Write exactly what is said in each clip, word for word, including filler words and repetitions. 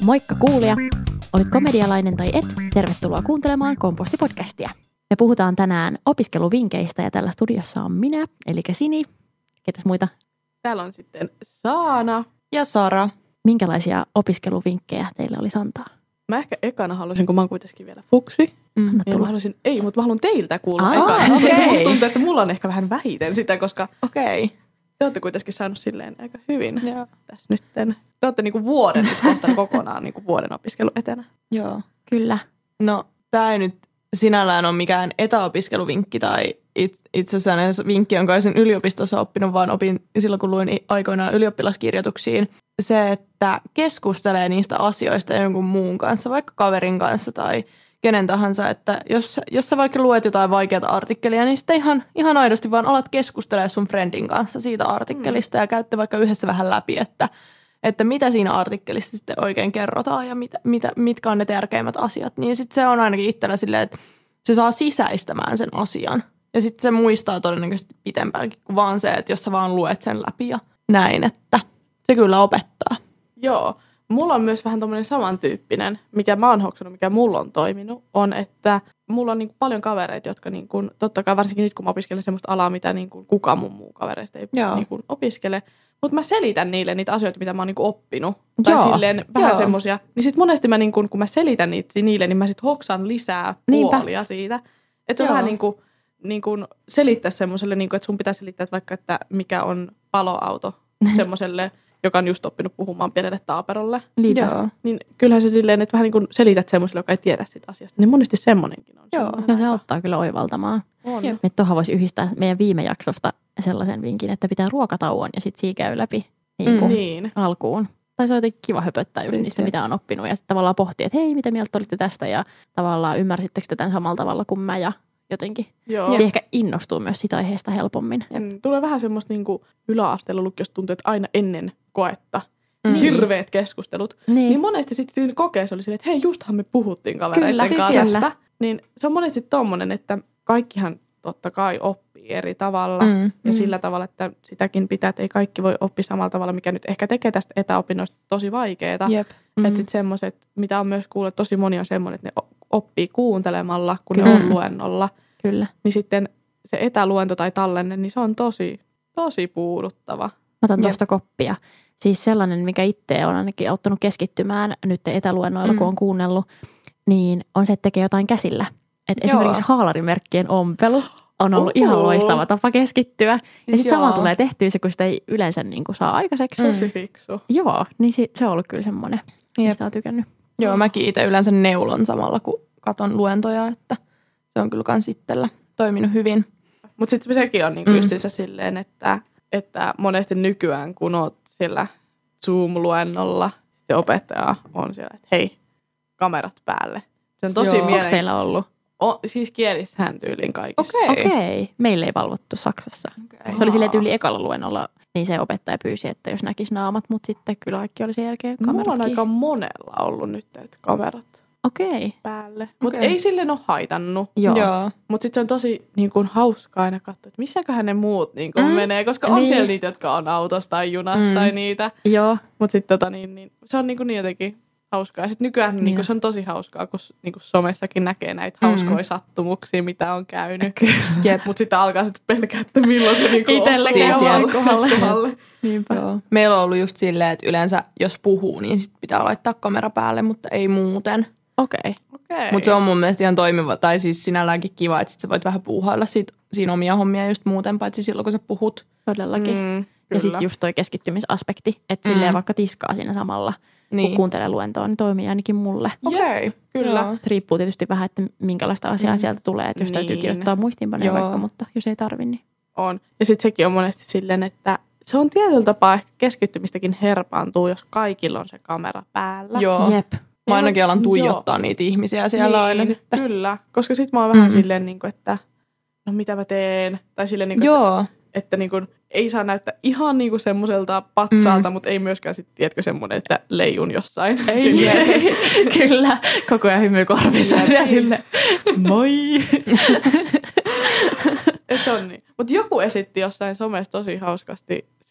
Moikka kuulija! Olit komedialainen tai et, tervetuloa kuuntelemaan Komposti-podcastia. Me puhutaan tänään opiskeluvinkkeistä ja tällä studiossa on minä, eli Sini. Ketäs muita? Täällä on sitten Saana ja Sara. Minkälaisia opiskeluvinkkejä teillä olisi antaa? Mä ehkä ekana haluaisin, kun mä oon kuitenkin vielä fuksi. Mm, niin mä haluaisin, ei, mutta mä haluan teiltä kuulla Aa, ekana. okei. Musta tuntuu, että mulla on ehkä vähän vähiten sitä, koska Okei. te olette kuitenkin saanut silleen aika hyvin Joo. tässä nytten. Te olette niinku vuoden nyt kohta kokonaan niinku vuoden opiskelu etenä. Joo. Kyllä. No, tää ei nyt sinällään ole mikään etäopiskeluvinkki tai it, itse asiassa vinkki, jonka olisin yliopistossa oppinut, vaan opin silloin, kun luin aikoinaan ylioppilaskirjoituksiin. Se, että keskustelee niistä asioista jonkun muun kanssa, vaikka kaverin kanssa tai kenen tahansa, että jos, jos sä vaikka luet jotain vaikeaa artikkelia, niin sitten ihan, ihan aidosti vaan alat keskustelemaan sun friendin kanssa siitä artikkelista mm. ja käytte vaikka yhdessä vähän läpi, että, että mitä siinä artikkelissa sitten oikein kerrotaan ja mitä, mitä, mitkä on ne tärkeimmät asiat. Niin sitten se on ainakin itsellä silleen, että se saa sisäistämään sen asian ja sitten se muistaa todennäköisesti pitempäänkin kuin vaan se, että jos sä vaan luet sen läpi ja näin, että se kyllä opettaa. Joo. Mulla on myös vähän tommoinen samantyyppinen, mikä mä oon hoksannut, mikä mulla on toiminut, on, että mulla on niin kuin paljon kavereita, jotka niin kuin, totta kai varsinkin nyt, kun mä opiskelen semmoista alaa, mitä niin kuin kukaan mun muu kavereista ei niin kuin opiskele, mutta mä selitän niille niitä asioita, mitä mä oon niin kuin oppinut. Tai Joo. silleen vähän Joo. semmosia. Niin sit monesti mä, niin kuin, kun mä selitän niitä niille, niin mä sit hoksan lisää Niinpä. puolia siitä. Että se on Joo. vähän niin kuin, niin kuin selittää semmoiselle, niin kuin, että sun pitää selittää, että vaikka, että mikä on paloauto semmoiselle, joka on just oppinut puhumaan pienelle taaperolle. Niinpä. Joo. Niin kyllähän se silleen, että vähän niin kuin selität semmoiselle, joka ei tiedä sitä asiasta. Niin monesti semmonenkin on. Joo. semmoinen Ja se aika- auttaa kyllä oivaltamaan. On. Jep. Me tuohon voisi yhdistää meidän viime jaksosta sellaisen vinkin, että pitää ruokatauon ja sitten siinä käy läpi niin kuin Niin. alkuun. Tai se on jotenkin kiva höpöttää just Siis niistä, se. mitä on oppinut. Ja sitten tavallaan pohtii, että hei, mitä mieltä olitte tästä ja tavallaan ymmärsittekö te tämän samalla tavalla kuin mä ja jotenkin. Joo. Se ehkä innostuu myös sitä aiheesta helpommin. Mm, Tulee vähän semmoista niinku yläasteella lukiossa tuntuu, että aina ennen koetta Mm. hirveät keskustelut. Niin. Niin monesti sitten siinä kokeessa oli silleen, että hei, justhan me puhuttiin kavereiden Kyllä, siis kanssa kyllä. tästä. Niin se on monesti tommonen, että kaikkihan totta kai oppii eri tavalla. Mm. Ja Mm. sillä tavalla, että sitäkin pitää, että ei kaikki voi oppia samalla tavalla, mikä nyt ehkä tekee tästä etäopinnoista tosi vaikeaa. Jep. Mm. Että sitten semmoiset, mitä on myös kuullut, tosi moni on semmoinen, että ne o- oppii kuuntelemalla, kun Kyllä. ne on luennolla. Kyllä. Niin sitten se etäluento tai tallenne, niin se on tosi, tosi puuduttava. Mä otan Jep. tuosta koppia. Siis sellainen, mikä itse on ainakin auttanut keskittymään nyt etäluennoilla, Mm. kun on kuunnellut, niin on se, että tekee jotain käsillä. Et Joo. esimerkiksi haalarimerkkien ompelu on ollut Uhu. ihan loistava tapa keskittyä. Ja Siis sitten samalla joo. tulee tehtyä se, kun sitä ei yleensä niin kuin saa aikaiseksi. Tosi fiksu. Joo, niin si- se on ollut kyllä semmoinen, Jep. mistä on tykännyt. Joo, mäkin itse yleensä neulon samalla, kun katon luentoja, että se on kyllä kans itsellä toiminut hyvin. Mutta sitten sekin on niinku Mm. justiinsa silleen, että, että monesti nykyään, kun oot siellä Zoom-luennolla, se opettaja on siellä, että hei, kamerat päälle. Se on tosi Joo. Onko mielen... teillä ollut? O, siis kielissähän tyyliin kaikissa. Okei. Okei. Meillä ei valvottu Saksassa. Okay. Se oli silleen tyyli ekalla luennolla, niin se opettaja pyysi, että jos näkisi naamat, mutta sitten kyllä kaikki oli sen jälkeen Mulla kamerat on kiinni. aika monella ollut nyt että kamerat Okei. päälle. Mutta Okei. ei silleen ole haitannut. Joo. Joo. Mutta sitten se on tosi niin kun, hauskaa aina katsoa, että missäköhän ne muut niin kun, Mm. menee. Koska on Niin. siellä niitä, jotka on autossa tai junassa Mm. tai niitä. Joo. Mutta sitten tota, niin, niin, se on niin, kuin, niin jotenkin hauskaa. Sitten nykyään niin. Niin. Niin se on tosi hauskaa, kun niin kuin somessakin näkee näitä Mm. hauskoja sattumuksia, mitä on käynyt. Kyllä. Mutta sitten alkaa sitten pelkää, että milloin se niin Itelle osuu käy omalle kohdalle. kohdalle. Niinpä. Joo. Meillä on ollut just silleen, että yleensä jos puhuu, niin sit pitää laittaa kamera päälle, mutta ei muuten. Okei. Okei. Mutta se on mun mielestä ihan toimiva, tai siis sinälläänkin kiva, että sit sä voit vähän puuhailla siitä, siinä omia hommia just muuten, paitsi silloin kun sä puhut. Todellakin. Mm, Ja kyllä. sitten just toi keskittymisaspekti, että Mm. silleen vaikka tiskaa siinä samalla, kun Niin. kuuntelee luentoa, niin toimii ainakin mulle. Okei. Okay. Kyllä. Joo. Et riippuu tietysti vähän, että minkälaista asiaa Mm. sieltä tulee, että jos täytyy Niin. kirjoittaa muistiinpanoja Joo. vaikka, mutta jos ei tarvi, niin On. Ja sitten sekin on monesti silleen, että se on tietyllä tapaa ehkä keskittymistäkin herpaantuu, jos kaikilla on se kamera päällä. Joo. jep. Mä ainakin alan Joo. tuijottaa niitä ihmisiä siellä niin, aina sitten. Kyllä, koska sitten mä oon vähän Mm. silleen, niin kuin, että no mitä mä teen. Tai silleen, niin kuin, Joo. että, että niin kuin, ei saa näyttää ihan niin kuin semmoiselta patsaalta, mm. mutta ei myöskään sitten, tiedätkö, semmoinen, että leijun jossain. Silleen. Kyllä, koko ajan hymy korvissa Jep. ja sille, moi. Et se on niin. Mutta joku esitti jossain somessa tosi hauskasti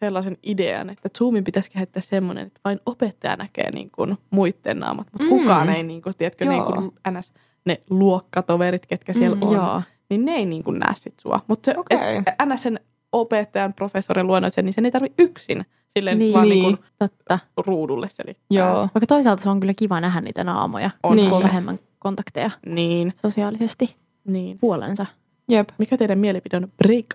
sellaisen idean, että Zoomin pitäisi kehittää semmoinen, että vain opettaja näkee niin kuin muiden naamat, mutta Mm. kukaan ei, niin kuin, tiedätkö, ne, Joo. niin kuin, ns, ne luokkatoverit, ketkä siellä Mm, on, joo. niin ne ei niin kuin näe sit sua. Mutta se, Okei. et, ns. Sen opettajan, professorin luonnollisen, niin sen ei tarvitse yksin silleen Niin. vaan Niin. niin kuin Totta. ruudulle selittää. Joo. Vaikka toisaalta se on kyllä kiva nähdä niitä naamoja, On kun on se. vähemmän kontakteja Niin, sosiaalisesti niin. puolensa. Jep. Mikä teidän mielipide on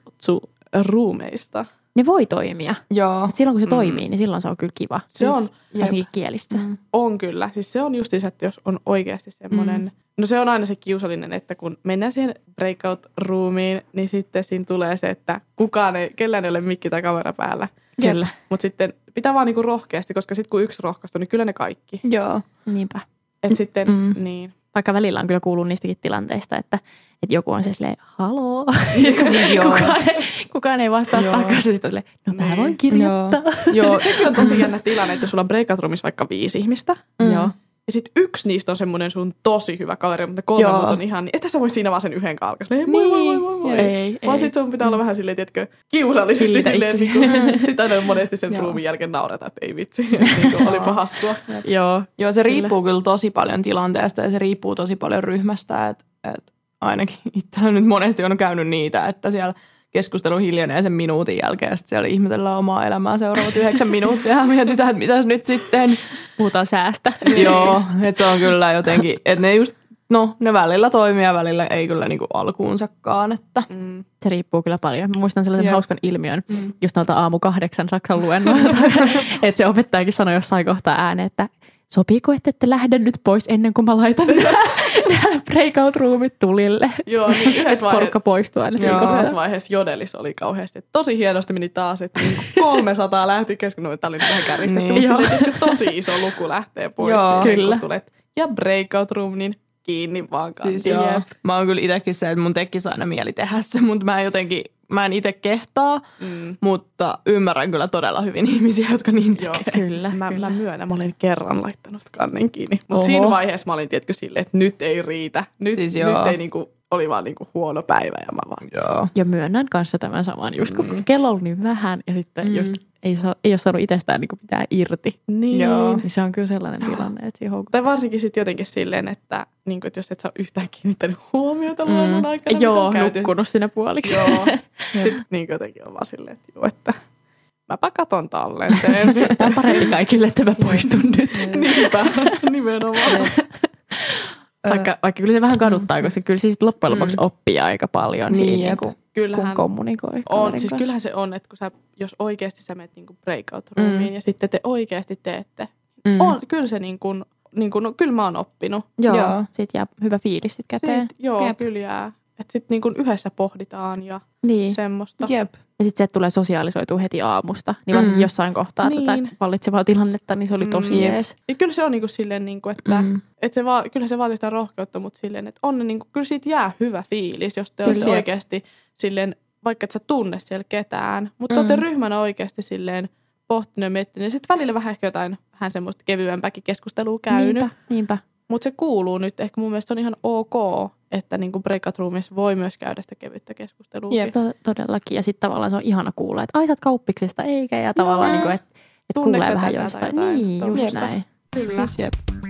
breakout-ruumeista? Ne voi toimia. Joo. Et silloin kun se Mm. toimii, niin silloin se on kyllä kiva. Se on, Jep. Varsinkin kielissä. Mm. on kyllä. Siis se on justiinsa, että jos on oikeasti semmoinen, mm. no se on aina se kiusallinen, että kun mennään siihen breakout-ruumiin, niin sitten siinä tulee se, että kukaan ei, kellään ei ole mikki tai kamera päällä. Kyllä. Mutta sitten pitää vaan niinku rohkeasti, koska sitten kun yksi rohkaistuu, niin kyllä ne kaikki. Joo. Niinpä. Et sitten, Mm. niin. Vaikka välillä on kyllä kuullut niistäkin tilanteista, että, että joku on se silleen, haloo. Siis joo. kukaan, ei, kukaan ei vastaa Joo. takaisin. Sitten on silleen, no mä Niin. voin kirjoittaa. Joo, sekin on tosi jännä tilanne, että jos sulla on breakout-roomissa vaikka viisi ihmistä, Mm. Joo. ja sitten yksi niistä on semmoinen sun tosi hyvä kaveri, mutta ne kolme Joo. muuta on ihan, niin etä sä voi siinä vaan sen yhden kalkas. Ei, moi, moi, moi, moi, moi. Ei, Vaan ei. sit sun pitää olla vähän silleen, tiedätkö, kiusallisesti Hillitä silleen, itsesi. niin sit aina monesti sen Joo. ruumin jälkeen nauretaan, että ei vitsi, niin kuin, olipa hassua. Joo. Joo, se riippuu kyllä tosi paljon tilanteesta ja se riippuu tosi paljon ryhmästä. Että et ainakin itsellä nyt monesti on käynyt niitä, että siellä keskustelu hiljenee sen minuutin jälkeen ja sitten siellä ihmetellään omaa elämää seuraavat yhdeksän minuuttia ja mietitään, että mitäs nyt sitten. Puhutaan säästä. Joo, että se on kyllä jotenkin, että ne just, no ne välillä toimii ja välillä ei kyllä niinku alkuunsakaan, että Mm. Se riippuu kyllä paljon. Mä muistan sellaisen Jep. hauskan ilmiön, Mm. just noilta aamu kahdeksan Saksan luennoilta, että se opettajakin sanoi jossain kohtaa ääneen, että sopiiko, että ette lähde nyt pois ennen kuin mä laitan nämä breakout-ruumit tulille. Joo, niin yhdessä Että porukka vaiheessa, poistuu aina siinä Joo. kohtaa. yhdessä vaiheessa Jodelissa oli kauheasti. Että tosi hienosti meni taas, että niin kolmesataa lähti kesken. No, tämä oli nyt vähän kärjistetty, Niin. mutta Joo. silleen, että tosi iso luku lähtee pois. Joo. siihen, Kyllä. kun tulet. Ja breakout room, niin kiinni vaan kantiin. siis joo. Mä oon kyllä itsekin se, että mun tekisi aina mieli tehdä se, mutta mä en jotenkin, mä en itse kehtaa, Mm. mutta ymmärrän kyllä todella hyvin ihmisiä, jotka niin Joo. tekee. Kyllä, Mä, kyllä. mä myönnän, mä olin kerran laittanut kannen kiinni. Oho. Mutta siinä vaiheessa mä olin tietkö silleen, että nyt ei riitä. Nyt, Siis nyt joo. ei niinku, oli vaan niinku huono päivä ja mä vaan. Joo. Ja myönnän kanssa tämän saman, just kun Mm. kello on niin vähän ja sitten Mm. just ei, saa, ei ole saanut itsestään niin pitää irti. Niin. Joo. Niin se on kyllä sellainen tilanne, että siihen houkuttaa. Tai varsinkin sitten jotenkin silleen, että, niinku, että jos et saa yhtään kiinnittänyt huomiota Mm. luennon aikana. Joo, mitä on käyty. nukkunut sinne puoliksi. Joo. Sitten niin jotenkin on vaan silleen, että joo, että mäpä katon tallenteen sitten. Tämä parempi kaikille, että mä poistun nyt. Niinpä, nimenomaan. Vaikka, vaikka kyllä se vähän kaduttaa, koska kyllä siis loppujen lopuksi Mm. oppii aika paljon Niin, siinä, jep. niin kun, kun Kyllähän kommunikoi on, kaverin siis kanssa. kyllähän se on, että kun sä, jos oikeasti sä menet niinku breakout-roomiin Mm. ja sitten te oikeasti teette, Mm. on, kyllä se niin kuin, niin kuin, no, kyllä mä oon oppinut. Joo, Joo. siitä jää hyvä fiilis sit käteen. Siitä, joo, Jep. kyllä jää. Että sitten niin kuin yhdessä pohditaan ja Niin. semmoista. Jep. Ja sitten se, että tulee sosiaalisoitua heti aamusta. Niin varsinkin Mm. jossain kohtaa Niin. tätä vallitsevaa tilannetta, niin se oli tosi Mm. jees. Ja kyllä se on niin kuin silleen, niin kuin, että Mm. et se va, kyllä se vaatii sitä rohkeutta, mutta silleen, että on, niin kuin, kyllä siitä jää hyvä fiilis, jos te Kyllä. olette oikeasti silleen, vaikka et sä tunne siellä ketään, mutta te Mm. olette ryhmänä oikeasti silleen pohtinut ja miettinyt. Ja sitten välillä vähän ehkä jotain vähän semmoista kevyempääkin keskustelua käynyt. Niinpä, niinpä. Mutta se kuuluu nyt. Ehkä mun mielestä on ihan ok, että niin kuin breakout roomissa voi myös käydä sitä kevyttä keskustelua. Jep. To- todellakin. Ja sitten tavallaan se on ihana kuulla, että ai sä oot kauppiksesta, eikä. Ja tavallaan, Joo. niin että et Tunneeko kuulee sä vähän tätä joistain. tai jotain Niin, just tommoista? näin. Kyllä. Siis jep.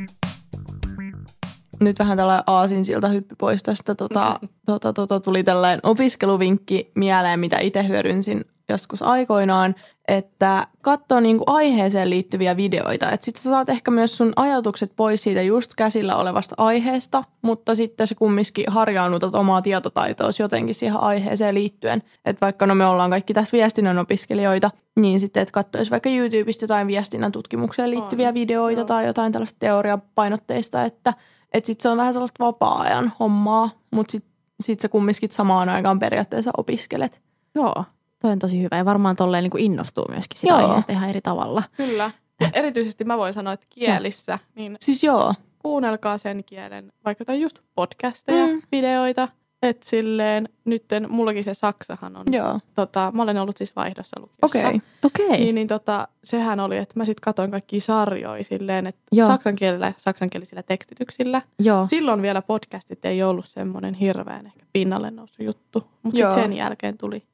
Nyt vähän tällainen aasinsilta hyppy pois tästä. Tota, tota, tota, tuli tällainen opiskeluvinkki mieleen, mitä itse hyödynsin joskus aikoinaan, että katsoo niinku aiheeseen liittyviä videoita. Että sitten sä saat ehkä myös sun ajatukset pois siitä just käsillä olevasta aiheesta, mutta sitten sä kumminkin harjaannutat omaa tietotaitoa jotenkin siihen aiheeseen liittyen. Että vaikka no me ollaan kaikki tässä viestinnän opiskelijoita, niin sitten et katsoisi vaikka YouTubesta jotain viestinnän tutkimukseen liittyviä On, videoita joo. tai jotain tällaista teoriapainotteista, että että sitten se on vähän sellaista vapaa-ajan hommaa, mutta sitten sit sä kumminkin samaan aikaan periaatteessa opiskelet. Joo, toi on tosi hyvä. Ja varmaan tolleen niin kuin innostuu myöskin sitä Joo. aiheesta ihan eri tavalla. Kyllä. Ja erityisesti mä voin sanoa, että kielissä, niin Siis joo. kuunnelkaa sen kielen, vaikka tai just podcasteja, Mm. videoita. Että silleen, nytten, mullakin se Saksahan on, Joo. tota, mä olen ollut siis vaihdossa lukiossa. Okei. Okei. Niin, niin tota, sehän oli, että mä sitten katoin kaikkia sarjoja silleen, että Joo. saksan kielellä, saksankielisillä tekstityksillä. Joo. Silloin vielä podcastit ei ollut semmoinen hirveän ehkä pinnalle noussut juttu, mutta Joo. sitten sen jälkeen tuli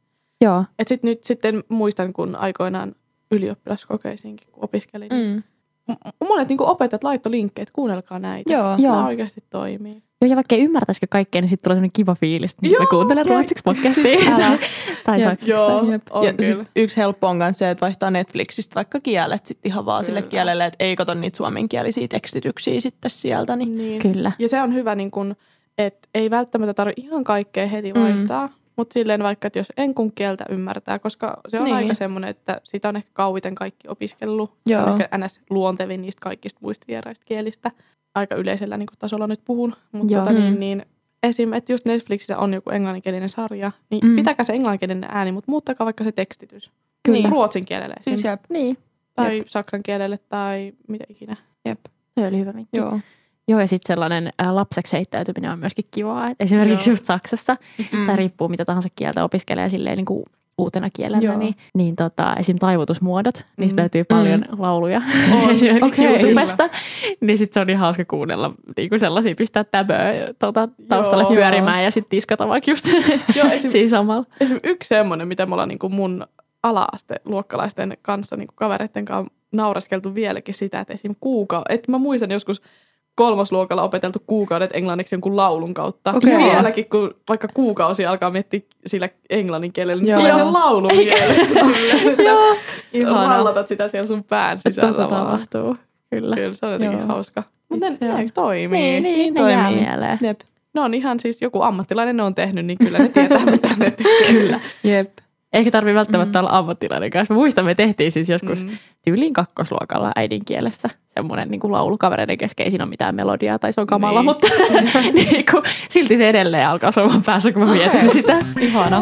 Joo. Et sit nyt sitten muistan, kun aikoinaan ylioppilaskokeisiinkin, kun opiskelin. Mm. M- monet niin opettajat laittoi linkkejä, että kuunnelkaa näitä. Joo. Joo. Nämä oikeasti toimii. Joo, ja vaikka ei ymmärtäisikö kaikkea, niin sitten tulee sellainen kiva fiilis, että mä kuuntelen ruotsiksi podcastia. Siis älä. tai Jep. saksaksi. Joo, Jep. on Ja kyllä. sit yksi helppo on myös se, että vaihtaa Netflixistä vaikka kielet sitten ihan vaan Kyllä. sille kielelle, että ei kato niitä suomenkielisiä tekstityksiä sitten sieltä. Niin. Niin. Kyllä. Ja se on hyvä, niin kun, että ei välttämättä tarvitse ihan kaikkea heti vaihtaa, mm. mutta silleen vaikka, että jos enkun kieltä ymmärtää, koska se on Niin. aika semmoinen, että sitä on ehkä kauiten kaikki opiskellut. Joo. Se on ehkä ns. Luontevin niistä kaikista muista vieraista kielistä. Aika yleisellä niin kun tasolla nyt puhun, mutta Joo. tota, niin, Mm. niin, esim. Että just Netflixissä on joku englanninkielinen sarja, niin Mm. mm. pitäkää se englanninkielinen ääni, mutta muuttakaa vaikka se tekstitys. Kyllä. Ruotsin kielelle esim. Siis jep. Niin. tai jep. saksan kielelle tai mitä ikinä. Jep. Se oli hyvä vinkki. Joo. Joo, ja sitten sellainen ä, lapseksi heittäytyminen on myöskin kivaa. Et esimerkiksi Joo. just Saksassa, Mm. tai riippuu mitä tahansa kieltä opiskelee silleen niin kuin uutena kielenä, Joo. niin, niin tota, esim. Taivutusmuodot, niistä Mm. löytyy paljon lauluja On. esimerkiksi Okei. YouTubesta. Niin sitten se on ihan hauska kuunnella niin kuin sellaisia, pistää täböä tota, taustalle Joo. pyörimään ja sitten tiskata vaikka just Joo, esim. siinä samalla. Esimerkiksi yksi semmoinen, mitä me ollaan niin kuin mun ala-aste luokkalaisten kanssa, niin kuin kavereiden kanssa naureskeltu vieläkin sitä, että esim. kuukaudet, että mä muistan joskus kolmosluokalla opeteltu kuukaudet englanniksi jonkun laulun kautta. Okei. Ja vieläkin, kun vaikka kuukausi alkaa miettiä sillä englannin kielellä, niin Joo. tulee se laulu mieleen. Silleen, että Joo, Ihana. rallatat sitä siellä sun pään että sisällä se vaan. tapahtuu. Kyllä. Kyllä, se on jotenkin Joo. hauska. Mutta ne, Se on. ne toimii. Niin, niin, niin ne jää toimii. mieleen. Jep. Ne on ihan siis joku ammattilainen ne on tehnyt, niin kyllä ne tietää, mitä ne tekee. Kyllä. Jep. Eikä tarvitse välttämättä Mm. olla ammattilainen kanssa. Mä muistan, me tehtiin siis joskus Mm. tyyliin kakkosluokalla äidinkielessä semmoinen niin kuin laulukavereiden kesken. Ei siinä ole mitään melodiaa tai se on kamala, Niin. mutta niin kuin, silti se edelleen alkaa soimaan päässä, kun mä mietin sitä. Ihana.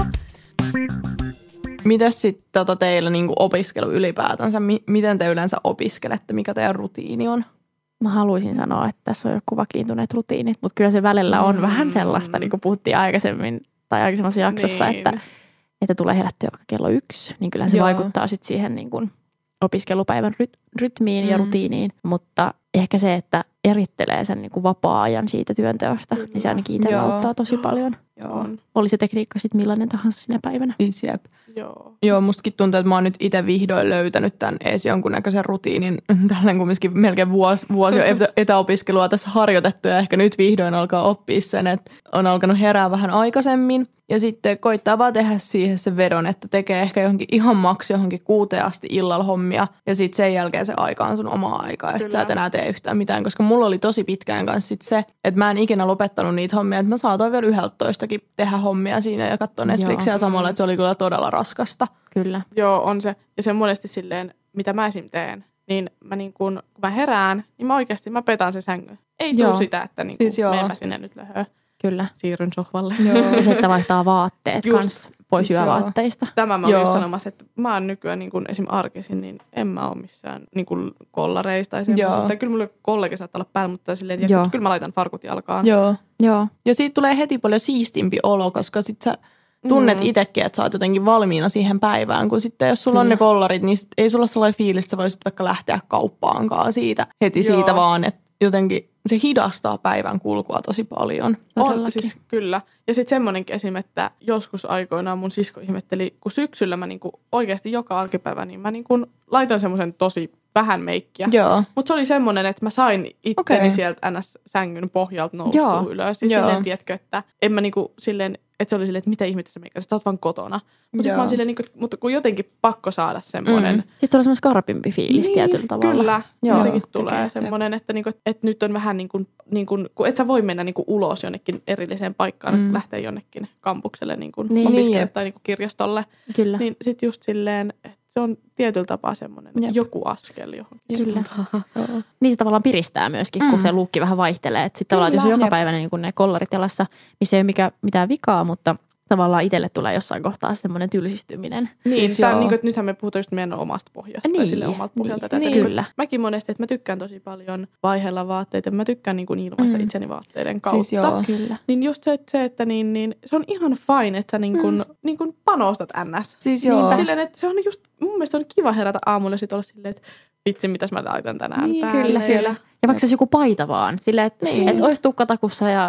Mitäs sitten tota teillä niinku opiskelu ylipäätänsä? Mi- miten te yleensä opiskelette? Mikä teidän rutiini on? Mä haluaisin sanoa, että tässä on joku vakiintuneet rutiinit, mutta kyllä se välillä on Mm. vähän sellaista, niin kuin puhuttiin aikaisemmin tai aikaisemmassa jaksossa, Niin. että, että tulee herättyä vaikka kello yksi, niin kyllähän se Joo. vaikuttaa sitten siihen niin kuin opiskelupäivän ryt- rytmiin ja Mm. rutiiniin, mutta ehkä se, että erittelee sen niin kuin vapaa-ajan siitä työnteosta, Kyllä. niin se ainakin itsellä Joo. auttaa tosi paljon. Joo. On. Oli se tekniikka sitten millainen tahansa sinä päivänä. Siis jep. Joo. Joo, mustakin tuntuu, että mä oon nyt itse vihdoin löytänyt tämän edes jonkunnäköisen rutiinin. Tällainen kumminkin melkein vuosi, vuosi jo etä- etäopiskelua tässä harjoitettu ja ehkä nyt vihdoin alkaa oppia sen, että on alkanut herää vähän aikaisemmin. Ja sitten koittaa vaan tehdä siihen se vedon, että tekee ehkä johonkin ihan maksi johonkin kuuteen asti illalla hommia. Ja sitten sen jälkeen se aika on sun omaa aikaa ja sitten sä Kyllä. et enää tee yhtään mitään. Koska mulla oli tosi pitkään kanssa sit se, että mä en ikinä lopettanut niitä hommia. Että mä saatoin vielä yhdeltätoistakin tehdä hommia siinä ja katsoa Netflixiä Joo. samalla, että se oli kyllä todella raskasta. Kyllä. Joo, on se. Ja se on monesti silleen, mitä mä esim. teen, niin mä niin kun, kun mä herään, niin mä oikeasti mä petaan sen sängyn. Ei Joo. tuu sitä, että niin Siis joo. meenpä sinne nyt löhöön. Kyllä. Siirryn sohvalle. Ja se, että vaihtaa vaatteet Just. kanssa pois Siis joo. yövaatteista. Tämä mä olin Joo. just sanomassa, että mä oon nykyään niin kun esim. Arkisin, niin en mä ole missään niin kun kollareista tai semmoisesta. Joo. Kyllä mulla kollegi saattaa olla päällä, mutta silleen, Joo. ja kyllä mä laitan farkut jalkaan. Joo. Joo. Ja siitä tulee heti paljon siistimpi olo, koska sit sä tunnet Mm. itsekin, että sä oot jotenkin valmiina siihen päivään. Kun sitten jos sulla on Kyllä. ne kollarit, niin sit ei sulla ole sellainen fiilis, että sä voisit vaikka lähteä kauppaankaan siitä heti Joo. siitä vaan, että jotenkin se hidastaa päivän kulkua tosi paljon. On, Todellakin. siis kyllä. Ja sitten semmoinenkin esim, että joskus aikoinaan mun sisko ihmetteli, kun syksyllä mä niinku oikeasti joka arkipäivä, niin mä niinku laitoin semmoisen tosi vähän meikkiä. Joo. Mutta se oli semmoinen, että mä sain itteni Okei. sieltä sängyn pohjalta noustua Joo. ylös. Ja Joo. silleen, tiedätkö, että en mä niinku silleen, että se oli silleen, että mitä ihmettä sä meikkasit, sä oot vaan kotona. Mutta sitten Joo. mä oon silleen, niinku, mutta kun jotenkin pakko saada semmoinen. Mm. Sitten tulee semmoinen skarpimpi fiilis Niin, tietyllä tavalla. Kyllä, Joo. jotenkin Tekee, tulee jep. semmoinen, että, niinku, että nyt on vähän niin kuin, niin kuin, kun et sä voi mennä niin kuin ulos jonnekin erilliseen paikkaan, Mm. mm. lähteä jonnekin kampukselle niin kuin Niin, opiskella niin, jep. tai niin kuin kirjastolle. Kyllä. Niin sitten just silleen, että se on tietyllä tapaa semmoinen Jep. joku askel johonkin. Kyllä. Joo. Niin se tavallaan piristää myöskin, kun Mm. se luukki vähän vaihtelee. Sitten tavallaan, että jos on Kyllä, joka jep. päivä niin kuin ne kollarit jalassa, missä ei ole mikä, mitään vikaa, mutta tavallaan itselle tulee jossain kohtaa semmoinen tylsistyminen. Niin, Siis tää, joo. niin kuin, että nythän me puhutaan just meidän omasta pohjasta tai Niin, sille omalta pohjalta. niin, Tästä, niin. niin, Kyllä. Mäkin monesti, että mä tykkään tosi paljon vaiheella vaatteita. Mä tykkään niin kuin ilmaista Mm. mm. itseni vaatteiden kautta. Siis joo. Kyllä. Niin just se, että, se, että niin, niin, se on ihan fine, että sä niin kuin, mm. niin kuin panostat ns. Siis joo. Silleen, että se on just, mun mielestä on kiva herätä aamulla ja sit olla silleen, että vitsi, mitäs mä laitan tänään Niin, päälle. kyllä, siellä. Ja vaikka se olisi joku paita vaan. Silleen, että Niin. et olisi tukkatakussa ja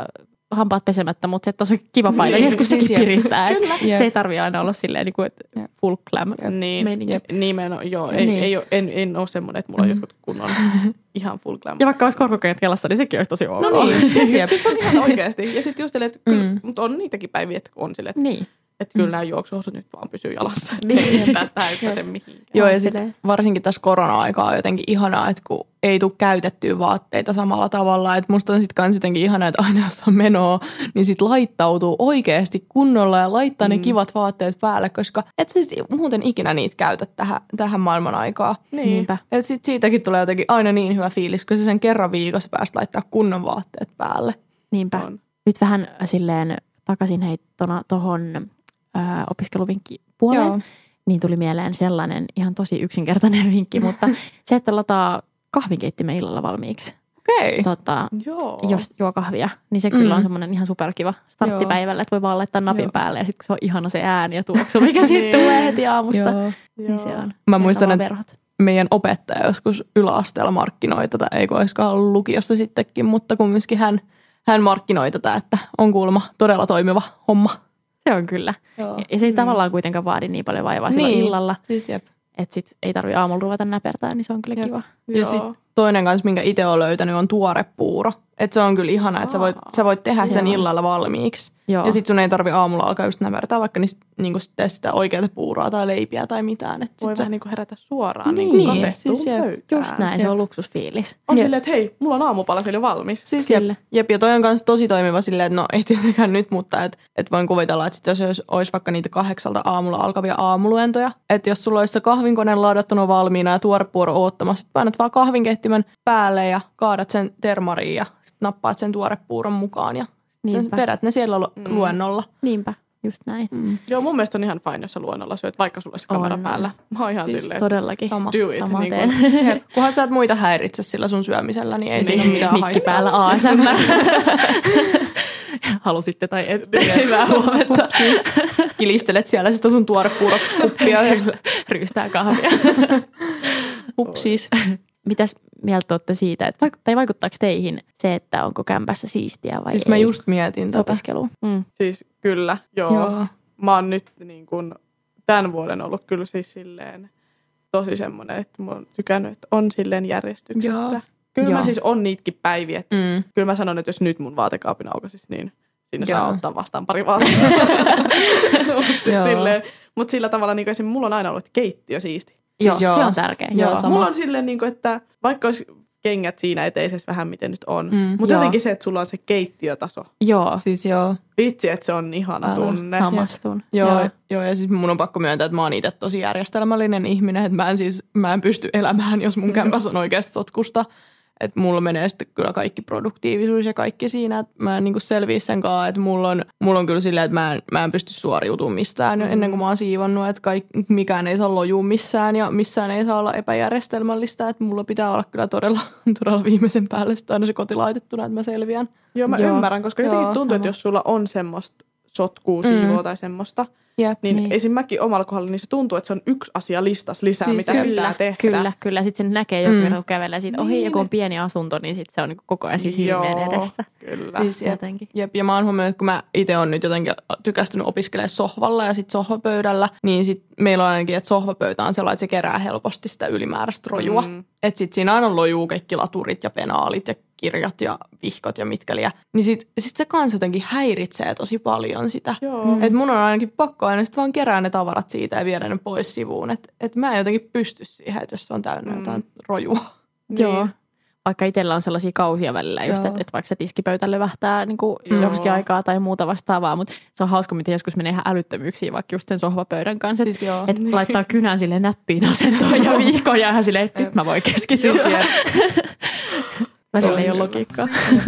hampaat pesemättä, mutta se, että on kiva paino, niin joskus sekin piristää. Se ei tarvitse aina olla silleen, niin kuin, että full glam niin, meininki. Nimenomaan, joo. Ei, niin. ei, ei, en, en ole semmoinen, että mulla on jotkut kunnon ihan full glam. Ja vaikka olisi korkokengät kelassa, niin sekin olisi tosi ok. No niin, siis, siis on ihan oikeasti. Ja sitten just silleen, että kyllä, mm. mutta on niitäkin päiviä, että on silleen, että niin. Että kyllä nämä juoksuhousut nyt vaan pysyy jalassa. Niin. Tästä ei pääse mihinkään. Joo, ja sitten varsinkin tässä korona-aikaa on jotenkin ihanaa, että kun ei tule käytettyä vaatteita samalla tavalla. Että musta on sitten kans jotenkin ihanaa, että aina jos on menoa, niin sitten laittautuu oikeasti kunnolla ja laittaa mm. ne kivat vaatteet päälle, koska et sä sit muuten ikinä niitä käytä tähän, tähän maailman aikaan. Niinpä. Että sitten siitäkin tulee jotenkin aina niin hyvä fiilis, kun sä sen kerran viikossa pääst laittaa kunnon vaatteet päälle. Niinpä. On. Nyt vähän silleen takaisin heittona tohon Ää, opiskeluvinkkipuoleen, Joo. niin tuli mieleen sellainen ihan tosi yksinkertainen vinkki, mutta se, että lataa kahvinkeittimen illalla valmiiksi. Okei. Tota, Joo. Jos juo kahvia, niin se mm. kyllä on semmoinen ihan superkiva starttipäivällä, että voi vaan laittaa napin Joo. päälle ja sitten se on ihana se ääni ja tuoksu, mikä sitten tulee heti aamusta. Joo. Niin se on. Mä muistan, että verhot. Meidän opettaja joskus yläasteella markkinoi tätä, eikö olisikaan ollut lukiossa sittenkin, mutta kumminkin hän, hän markkinoi tätä, että on kuulemma todella toimiva homma. Se on kyllä. Joo. Ja se ei mm. tavallaan kuitenkaan vaadi niin paljon vaivaa silloin niin. illalla. Siis jep. Että sit ei tarvitse aamulla ruveta näpertää, niin se on kyllä jep. kiva. Ja sitten toinen kanssa, minkä itse olen löytänyt, on tuorepuuro. Että se on kyllä ihana, että sä voit, sä voit tehdä se sen on. illalla valmiiksi. Joo. Ja sitten sun ei tarvitse aamulla alkaa just näpertää, vaikka niistä, niin tee sitä oikeaa puuroa tai leipiä tai mitään. Et voi vähän se... niin kuin herätä suoraan niin, niin katettuun siis pöytään. Just näin, jep. se on luksusfiilis. On jep. silleen, että hei, mulla on aamupala siellä valmis. Siis jep. jep. Ja toi on myös tosi toimiva silleen, että no ei tietenkään nyt, mutta et, et voin kuvitella, että sit jos olisi vaikka niitä kahdeksalta aamulla alkavia aamuluentoja, että jos sulla olisi se kahvinkone ladattuna valmiina ja tuorepuuro oottamassa, sit painat vaan kahvinkeittimen päälle ja kaadat sen termariin ja sit nappaat sen tuorepuuron mukaan ja Niinpä. vedät ne siellä lu- mm. luennolla. Niinpä, just näin. Mm. Joo, mun mielestä on ihan fine, jos sä luennolla syöt, vaikka sulla se kamera on, päällä. Mä oon ihan siis silleen, todellakin. Sama. Do it. Sama niin kuin. Kunhan sä et muita häiritse sillä sun syömisellä, niin ei niin. siinä ole mitään Mikki haittaa. päällä A S M R. Halusitte tai ette. Hyvää huomenta. Siis kilistelet siellä sitä sun tuorepuurokuppia ja ryystää kahvia. Upsis. Mitäs mieltä olette siitä, että vaik- tai vaikuttaako teihin se, että onko kämpässä siistiä vai siis ei? Mä just mietin tätä. Opiskelu. Mm. Siis kyllä, joo. joo. Mä oon nyt niin kun, tämän vuoden ollut kyllä siis silleen tosi semmoinen, että mä oon tykännyt, että on silleen järjestyksessä. Joo. Kyllä joo. mä siis on niitäkin päiviä, että mm. kyllä mä sanon, että jos nyt mun vaatekaapin aukaisisi, niin siinä joo. saa ottaa vastaan pari vaatetta. Mutta mut sillä tavalla, niin kuin mulla on aina ollut keittiö siisti. Siis joo, se on tärkeä. Joo, joo. Mulla on silleen, niin kuin, että vaikka olisi kengät siinä eteisessä vähän miten nyt on, mm, mutta jotenkin se, että sulla on se keittiötaso. Joo. Siis joo. Vitsi, että se on ihana Älä, tunne. Samastun. Joo, joo. joo, ja siis mun on pakko myöntää, että mä oon itse tosi järjestelmällinen ihminen, että mä en siis, mä en pysty elämään, jos mun kämpäs on oikeasti sotkusta. Että mulla menee sitten kyllä kaikki produktiivisuus ja kaikki siinä, että mä en niinku selviä sen kanssa, että mulla on, mulla on kyllä silleen, että mä en, mä en pysty suoriutumaan mistään mm. ennen kuin mä oon siivonnut, että kaik, mikään ei saa lojua missään ja missään ei saa olla epäjärjestelmällistä, että mulla pitää olla kyllä todella, todella viimeisen päälle sitten aina se koti laitettuna, että mä selviän. Joo, mä Joo. ymmärrän, koska jotenkin Joo, tuntuu, sama. Että jos sulla on semmoista sotkua, siivoa mm. tai semmoista, Jep, niin, niin esim. mäkin omalla kohdalla, niin se tuntuu, että se on yksi asia listas lisää, siis mitä kyllä, pitää tehdä. Kyllä, kyllä. Sitten sen näkee joku, mm. kun kävelee siitä ohi, niin. ja kun on pieni asunto, niin sitten se on niin koko ajan siis silmien edessä. Kyllä. Siis jotenkin. Jep, ja mä oon huomioon, että kun mä itse olen nyt jotenkin tykästynyt opiskelemaan sohvalla ja sitten sohvapöydällä, niin sitten meillä on ainakin, että sohvapöytä on sellainen, että se kerää helposti sitä ylimääräistä rojua. Mm. Että sitten siinä aina lojuu kaikki laturit ja penaalit ja kirjat ja vihkot ja mitkä liian. Niin sit, sit se kans jotenkin häiritsee tosi paljon sitä. Mm. Että mun on ainakin pakko aina sit vaan kerää ne tavarat siitä ja viedä ne pois sivuun. Että et mä en jotenkin pysty siihen, että jos se on täynnä mm. jotain rojua. Niin. Joo. Vaikka itsellä on sellaisia kausia välillä just, että et vaikka se tiskipöytä lövähtää niin mm. joksikin aikaa tai muuta vastaavaa, mutta se on hauska, miten joskus menee ihan älyttömyyksiä vaikka just sen sohvapöydän kanssa. Että siis et niin. laittaa kynän silleen nättiin asentoon ja viikkoja ihan silleen, että nyt mä voin keskittyä. Siis välillä ei ole logiikkaa.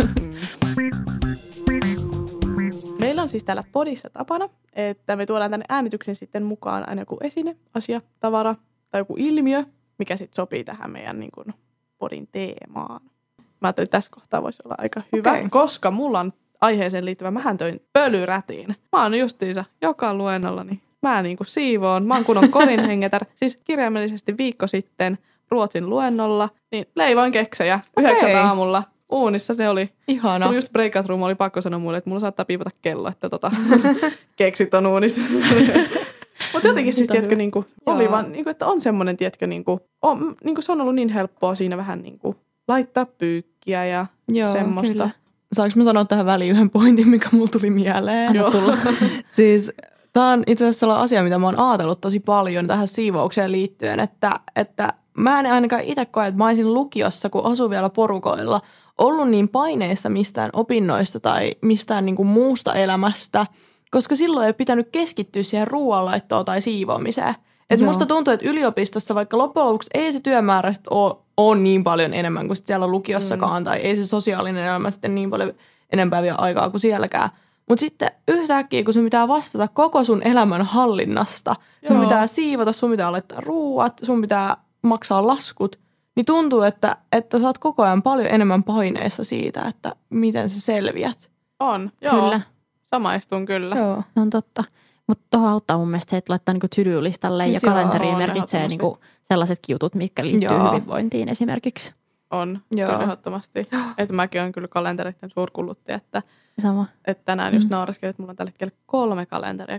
Meillä on siis täällä podissa tapana, että me tuodaan tänne äänityksen sitten mukaan aina joku esine, asia, tavara tai joku ilmiö, mikä sitten sopii tähän meidän niin kuin podin teemaan. Mä ajattelin, että tässä kohtaa voisi olla aika hyvä, okay. koska mulla on aiheeseen liittyvä, mähän toin pölyrätiin. Mä oon justiinsa joka luennolla, niin mä niin kuin siivoon. Mä oon kunnon kodinhengetär. Siis kirjaimellisesti viikko sitten Ruotsin luennolla, niin leivoin keksejä okay. yhdeksältä aamulla. uunissa se oli. Ihana. Tuli just breakout room, oli pakko sanoa mulle, että mulla saattaa piipata kello, että tota, keksit on uunissa. Mutta jotenkin siis, tiedätkö, niinku, oli vaan, niinku, että on semmoinen, tiedätkö, niinku, on, niinku, se on ollut niin helppoa siinä vähän niinku, laittaa pyykkiä ja Joo, semmoista. Kyllä. Saanko mä sanoa tähän väliin yhden pointin, mikä mulla tuli mieleen? Joo. Siis tämä on itse asiassa sellainen asia, mitä mä oon ajatellut tosi paljon tähän siivoukseen liittyen, että, että mä en ainakaan itse koe, että mä olisin lukiossa, kun asun vielä porukoilla, ollut niin paineissa mistään opinnoista tai mistään niinku muusta elämästä, koska silloin ei pitänyt keskittyä siihen ruoanlaittoon tai siivoamiseen. Että musta tuntuu, että yliopistossa vaikka loppujen lopuksi ei se työmäärä ole, ole niin paljon enemmän kuin siellä lukiossakaan, mm. tai ei se sosiaalinen elämä sitten niin paljon enempää vielä aikaa kuin sielläkään. Mutta sitten yhtäkkiä, kun sun pitää vastata koko sun elämän hallinnasta, sun Joo. pitää siivota, sun pitää laittaa ruuat, sun pitää maksaa laskut, niin tuntuu, että, että sä oot koko ajan paljon enemmän paineissa siitä, että miten sä selviät. On, Joo. Kyllä. Samaistun kyllä. Joo. Se on totta. Mutta tuohon auttaa mun mielestä se, että laittaa niinku to-do-listalle ja kalenteriin merkitsee niinku sellaisetkin jutut, mitkä liittyy Joo. hyvinvointiin esimerkiksi. On, Joo. kyllä ehdottomasti. Että mäkin olen kyllä kalenteritten suurkuluttaja, että, Sama. että tänään just naureskelin, että mulla on tällä hetkellä kolme kalenteria.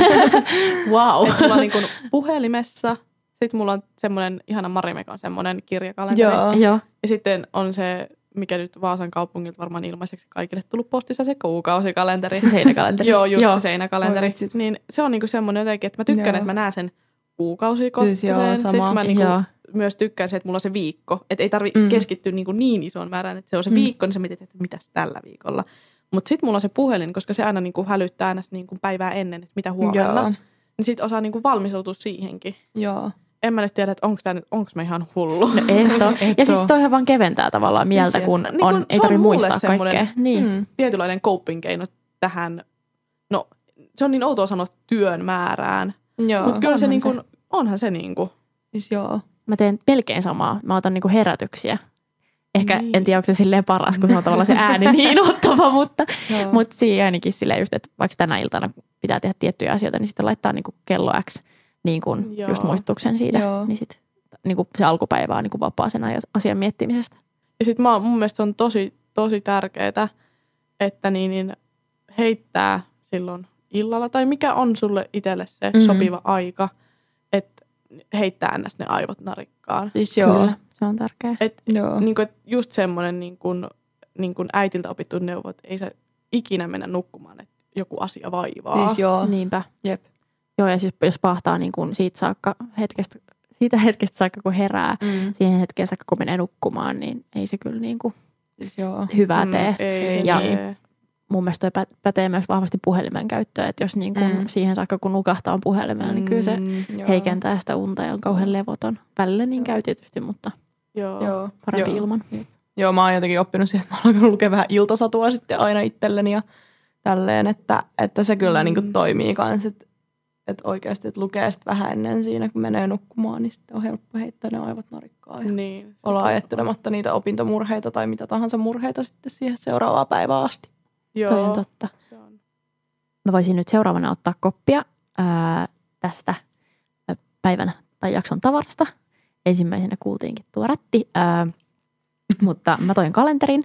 Wow. Että mulla on niin kuin puhelimessa, sitten mulla on semmoinen ihana Marimekon semmoinen kirjakalenteri. Joo. Joo. Ja sitten on se, mikä nyt Vaasan kaupungilta varmaan ilmaiseksi kaikille tullut postissa, se kuukausikalenteri. Se seinäkalenteri. Joo, just Joo. se seinäkalenteri. Niin se on niinku semmoinen jotenkin, että mä tykkään, Joo. että mä näen sen kuukausikottaisen. Siis Sitten mä niinku myös tykkään se, että mulla on se viikko. Että ei tarvitse mm. keskittyä niinku niin isoon määrään, että se on se mm. viikko, niin sä mietit, että mitäs tällä viikolla. Mutta sitten mulla on se puhelin, koska se aina niinku hälyttää aina niinku päivää ennen, että mitä huomenna. Joo. Niin sit osaa niinku valmistautua siihenkin. Joo. En mä nyt tiedä, että onko tämä onko mä ihan hullu. No et ole. Ja siis toihan vaan keventää tavallaan mieltä, siis, kun, niin kun on, ei tarvitse muistaa kaikkea. Niin. Mm. Tietynlainen coping-keino tähän, no se on niin outoa sanoa työn määrään. Mutta kyllä se, niin kun, onhan se niin kuin. Siis joo. Mä teen melkein samaa. Mä otan niin kuin herätyksiä. Ehkä niin. En tiedä, onko se silleen paras, kun se on tavallaan se ääni niin ottava, mutta, mutta siinä ainakin silleen just, että vaikka tänä iltana pitää tehdä tiettyjä asioita, niin sitten laittaa niin kuin kello X. Niin kuin just muistutuksen siitä, Joo. niin sit niin kuin se alkupäivä on niin kuin vapaa sen asian miettimisestä. Ja sitten mun mielestä on tosi, tosi tärkeää, että niin, niin heittää silloin illalla, tai mikä on sulle itselle se mm-hmm. sopiva aika, että heittää ennäs ne aivot narikkaan. Siis joo, Kyllä, se on tärkeää. Et, niin kuin, et just semmoinen niin kuin, niin kuin äitiltä opittu neuvo, että ei se ikinä mennä nukkumaan, että joku asia vaivaa. Siis joo. Niinpä. Jep. Joo, ja siis jos pahtaa niin kuin siitä, saakka hetkestä, siitä hetkestä saakka, kun herää, mm. siihen hetkeen saakka, kun menee nukkumaan, niin ei se kyllä niin kuin siis joo. hyvää tee. Mm, ei, ja niin. mun mielestä toi pätee myös vahvasti puhelimen käyttöä, että jos niin kuin mm. siihen saakka, kun nukahtaa puhelimella, niin kyllä se mm, heikentää sitä unta ja on kauhean levoton. Välillä niin käy tietysti, mutta joo. parempi joo. ilman. Joo, mä oon jotenkin oppinut siihen, että mä oon alkanut lukea vähän iltasatua sitten aina itselleni ja tälleen, että, että se kyllä mm. niin kuin toimii kanssa, että Että oikeasti, että lukee sitten vähän ennen siinä, kun menee nukkumaan, niin sitten on helppo heittää ne aivot narikkaan. Ja niin, olla ajattelematta niitä opintomurheita tai mitä tahansa murheita sitten siihen seuraavaan päivään asti. Joo. Toi on totta. Se on. Mä voisin nyt seuraavana ottaa koppia ää, tästä päivän tai jakson tavarasta. Ensimmäisenä kuultiinkin tuo rätti, ää, mutta mä toin kalenterin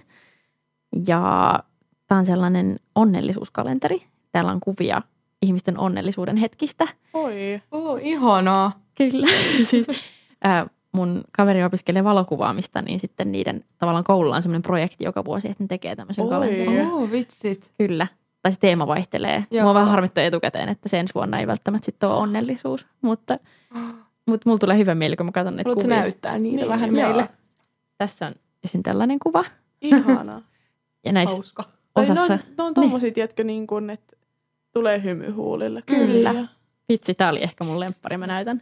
ja tää on sellainen onnellisuuskalenteri. Täällä on kuvia ihmisten onnellisuuden hetkistä. Oi, oh, ihanaa. Kyllä. siis, ää, mun kaveri opiskelee valokuvaamista, niin sitten niiden tavallaan koululla on semmoinen projekti joka vuosi, että ne tekee tämmöisen Oi. kalenterin. Oh, vitsit. Kyllä. Tai se teema vaihtelee. Joo. Mua vähän harmittaa etukäteen, että se ensi vuonna ei välttämättä sitten ole onnellisuus. Mutta, mutta mulla tulee hyvä mieli, kun mä katson näitä Haluatko kuvia. Haluatko näyttää niitä niin, vähän joo. meille? Tässä on esim. Tällainen kuva. Ihanaa. Ja näissä Hauska. osassa. Ne on, ne on tommosia, niin. Tiedätkö, niin kuin, että tulee hymy huulille. Kyllä. Ja... Vitsi, tää oli ehkä mun lemppari, mä näytän.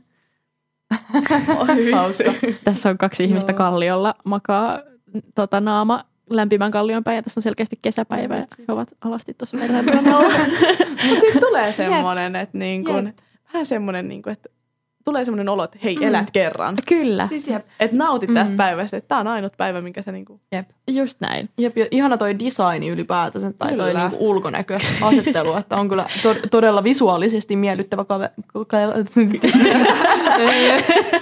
Oi, hauska. Tässä on kaksi ihmistä Joo. kalliolla, makaa tota, naama lämpimän kallion päin ja tässä on selkeästi kesäpäivä ja he ovat alasti tuossa meidän rannalla. Mutta sitten tulee semmoinen, että niin kun, vähän semmoinen, niin että tulee semmoinen olo, että hei, elät mm. kerran. Kyllä. Siis että nautit tästä mm. päivästä, että tää on ainut päivä, minkä sä niinku... Jep, just näin. Jep, ja ihana toi designi ylipäätänsä, tai kyllä. toi niinku ulkonäköasettelu, että on kyllä to- todella visuaalisesti miellyttävä kave...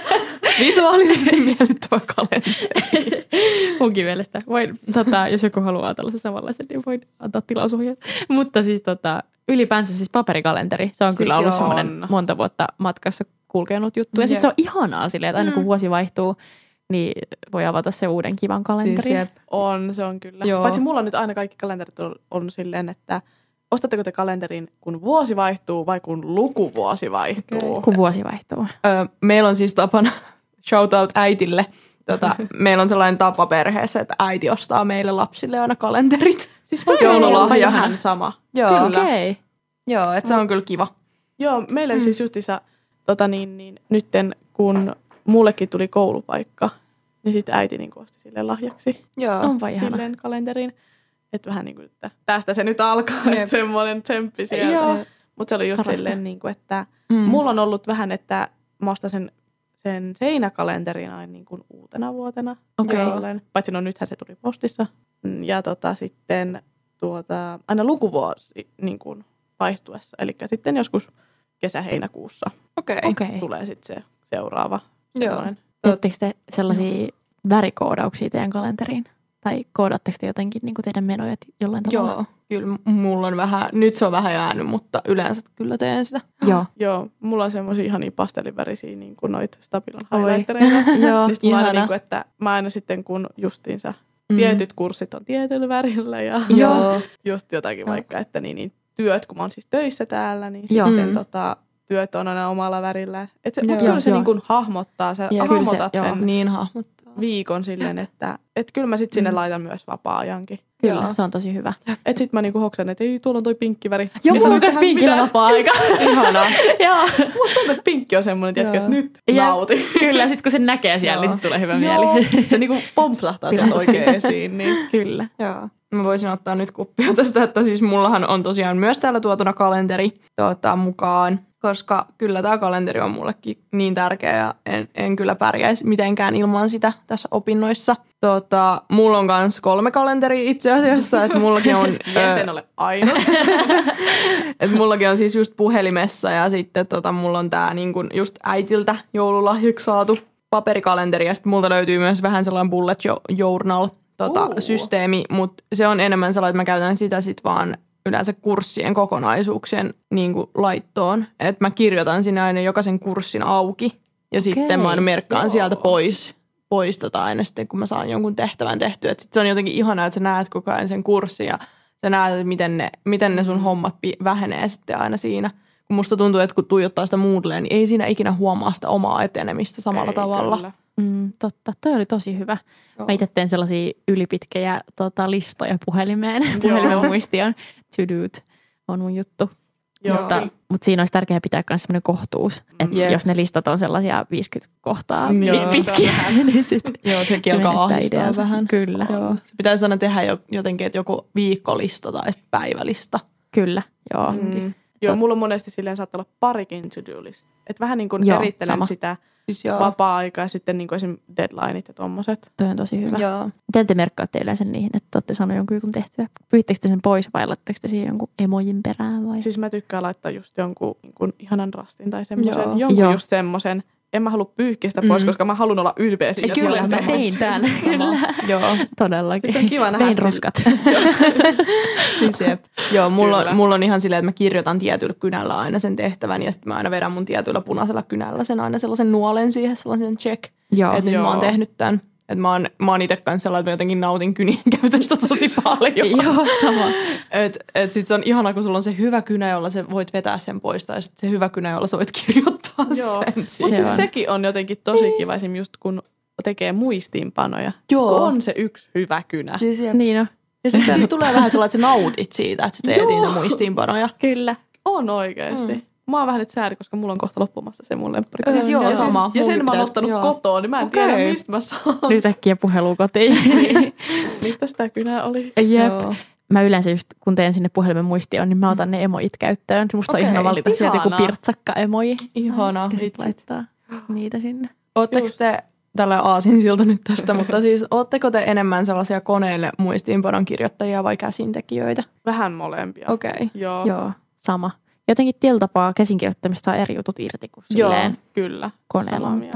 Visuaalisesti miellyttävä kalenteri. Munkin mielestä. Voin, tota, jos joku haluaa tällaisen samanlaisen, niin voin antaa tilausohjeet. Mutta siis tota, ylipäänsä siis paperikalenteri. Se on siis kyllä ollut semmoinen monta vuotta matkassa kulkenut juttu. Ja sitten se on ihanaa silleen, että aina kun vuosi vaihtuu, niin voi avata se uuden kivan kalenterin. Siis on, se on kyllä. Joo. Paitsi mulla on nyt aina kaikki kalenterit on, on silleen, että ostatteko te kalenterin, kun vuosi vaihtuu vai kun lukuvuosi vaihtuu? Okay. Kun vuosi vaihtuu. Öö, meillä on siis tapana, shout out äitille, tota, meillä on sellainen tapa perheessä, että äiti ostaa meille lapsille aina kalenterit. Siis joululahjaksi. Vähän sama. Joo, okay. Joo, että se on kyllä kiva. Joo, meillä mm. siis justiinsa, tota niin, niin, nytten kun mullekin tuli koulupaikka, niin sitten äiti niin osti sille lahjaksi. Joo, onpa ihana. Silleen kalenterin. Että vähän niin kuin, että tästä se nyt alkaa, että semmoinen tsemppi sieltä. Mutta se oli just Harrasta. Silleen, niin kuin, että mm. mulla on ollut vähän, että mä ostan sen, sen seinäkalenterin aina niin kuin uutena vuotena. Okay. Paitsi no nythän se tuli postissa. Ja tota, sitten tuota, aina lukuvuosi niin kuin vaihtuessa. Eli sitten joskus kesä-heinäkuussa okay. Okay. tulee sitten se seuraava. Teettekö te sellaisia värikoodauksia teidän kalenteriin? Tai koodatteko te jotenkin niin kuin teidän menoja jollain tavalla? Joo, kyllä mulla on vähän, nyt se on vähän jäänyt, mutta yleensä kyllä teen sitä. Joo. Joo, mulla on semmoisia ihania pastellivärisiä niin kuin noita Stabilan highlightereita. Joo, niin mulla aina niin kuin, että mä aina sitten kun justiinsa mm. tietyt kurssit on tietyllä värillä ja Joo. just jotakin Joo. vaikka, että niin, niin työt, kun mä oon siis töissä täällä, niin Joo. sitten mm. tota, työt on aina omalla värillä. Mutta kyllä se niin kuin hahmottaa, sä ja hahmotat se, sen niin hahmottaa. Viikon silleen, että et kyllä mä sit sinne mm. laitan myös vapaa-ajankin. Kyllä, Joo. se on tosi hyvä. Et sit mä niinku hoksan, että ei, tuolla on toi pinkki väri. Joo, mulla on myös pinkillä vapaa-aika. Ihanaa. Joo. Musta tuntuu, että pinkki on semmoinen, tiedätkö, että nyt nauti. Kyllä, sit kun sen näkee siellä, niin sit tulee hyvä mieli. Se niinku pompsahtaa sieltä oikein esiin. Niin. Kyllä. Joo. Mä voisin ottaa nyt kuppia tästä, että siis mullahan on tosiaan myös täällä tuotuna kalenteri tuota, mukaan. Koska kyllä tämä kalenteri on mullekin niin tärkeä ja en, en kyllä pärjäisi mitenkään ilman sitä tässä opinnoissa. Tota, mulla on myös kolme kalenteria itse asiassa, että mullakin on... ja sen ole aina. että mullakin on siis just puhelimessa ja sitten tota, mulla on tää niin kun just äitiltä joululahjaksi saatu paperikalenteri ja sitten multa löytyy myös vähän sellainen bullet journal tota, uh. systeemi, mutta se on enemmän sellainen, että mä käytän sitä sit vaan yleensä kurssien kokonaisuuksien niin kuin laittoon. Että mä kirjoitan sinne aina jokaisen kurssin auki ja okay. sitten mä aina merkkaan Joo. sieltä pois, pois tota aina sitten, kun mä saan jonkun tehtävän tehtyä. Että sit se on jotenkin ihanaa, että sä näet koko ajan sen kurssin ja sä näet, että miten ne, miten ne sun hommat vähenee sitten aina siinä. Kun musta tuntuu, että kun tuijottaa sitä Moodlea, niin ei siinä ikinä huomaa sitä omaa etenemistä samalla ei, tavalla. Mm, totta, toi oli tosi hyvä. Joo. Mä itse teen sellaisia ylipitkiä tota, listoja puhelimeen. Puhelimen muistioon. To do't on mun juttu. Joo. Mutta, mutta siinä olisi tärkeää pitää myös sellainen kohtuus. Että yep. jos ne listat on sellaisia viisikymmentä kohtaa mm, joo, pitkiä, niin sitten joo, sekin alkaa ahdistaa vähän. Kyllä. Joo. Se pitäisi aina tehdä jotenkin, että joku viikkolista tai sitten päivälista. Kyllä, joo. Mm. Joo, mulla on monesti silleen saattaa olla parikin to-do-list. Että vähän niin kuin joo, erittelen sama. Sitä siis vapaa-aikaa ja sitten niin kuin esimerkiksi deadlineit ja tommoset. Toi on tosi hyvä. Joo. Miten te merkkaatte yleensä niihin, että olette saanut jonkun jutun tehtyä? Pyyttekö te sen pois vai laittatteko te siihen jonkun emojin perään? Vai? Siis mä tykkään laittaa just jonkun niin kuin ihanan rastin tai semmoisen. Joo. Jonkun joo. just semmoisen. En mä halua pyyhkiä sitä pois, mm. koska mä haluan olla ylpeä siinä. Kyllä, mä tein tämän. Kyllä. Joo. Todellakin. Se on kiva nähdä. Vein roskat. Siis jep. Joo, mulla on, mulla on ihan silleen, että mä kirjoitan tietyllä kynällä aina sen tehtävän ja sitten mä aina vedän mun tietyllä punaisella kynällä sen aina sellaisen nuolen siihen, sellaisen check. Joo. Että nyt mä oon tehnyt tämän. Että mä oon, mä oon itse kanssa sellainen, että mä jotenkin nautin kynien käytöstä tosi paljon. Joo, sama. Että et sit se on ihana, kun sulla on se hyvä kynä, jolla sä voit vetää sen pois, tai sit se hyvä kynä, jolla sä voit kirjoittaa Joo. sen. Mutta siis sekin on jotenkin tosi kiva, esimerkiksi just kun tekee muistiinpanoja. Joo. Kun on se yksi hyvä kynä. Siis niin on. Ja sitten sit tulee vähän sellainen, että sä nautit siitä, että sä teet niitä muistiinpanoja. Kyllä. On oikeasti. Mm. Mä oon vähän nyt sääri, koska mulla on kohta loppumassa se mun lemppari. Siis joo, ja sama. Ja sen mä oon ottanut joo. kotoon, niin mä en okay. tiedä, mistä mä saan. Nyt äkkiä puhelu kotiin. Mistä sitä kynää oli? Jep. Joo. Mä yleensä just, kun teen sinne puhelimen muistioon, niin mä otan ne emojit käyttöön. Musta okay. on ihana valita ihana. Sieltä joku pirtsakka-emoji. Ihana. Ja sit laittaa niitä sinne. Ootteko te, tällä aasinsilta nyt tästä, mutta siis ootteko te enemmän sellaisia koneelle muistiinpanon kirjoittajia vai käsintekijöitä? Vähän molempia. Okei. Okay. Joo. Joo, sama. Jotenkin tietyllä tapaa käsinkirjoittamista saa eri jutut irti kuin silleen Joo, kyllä. koneella. Mm.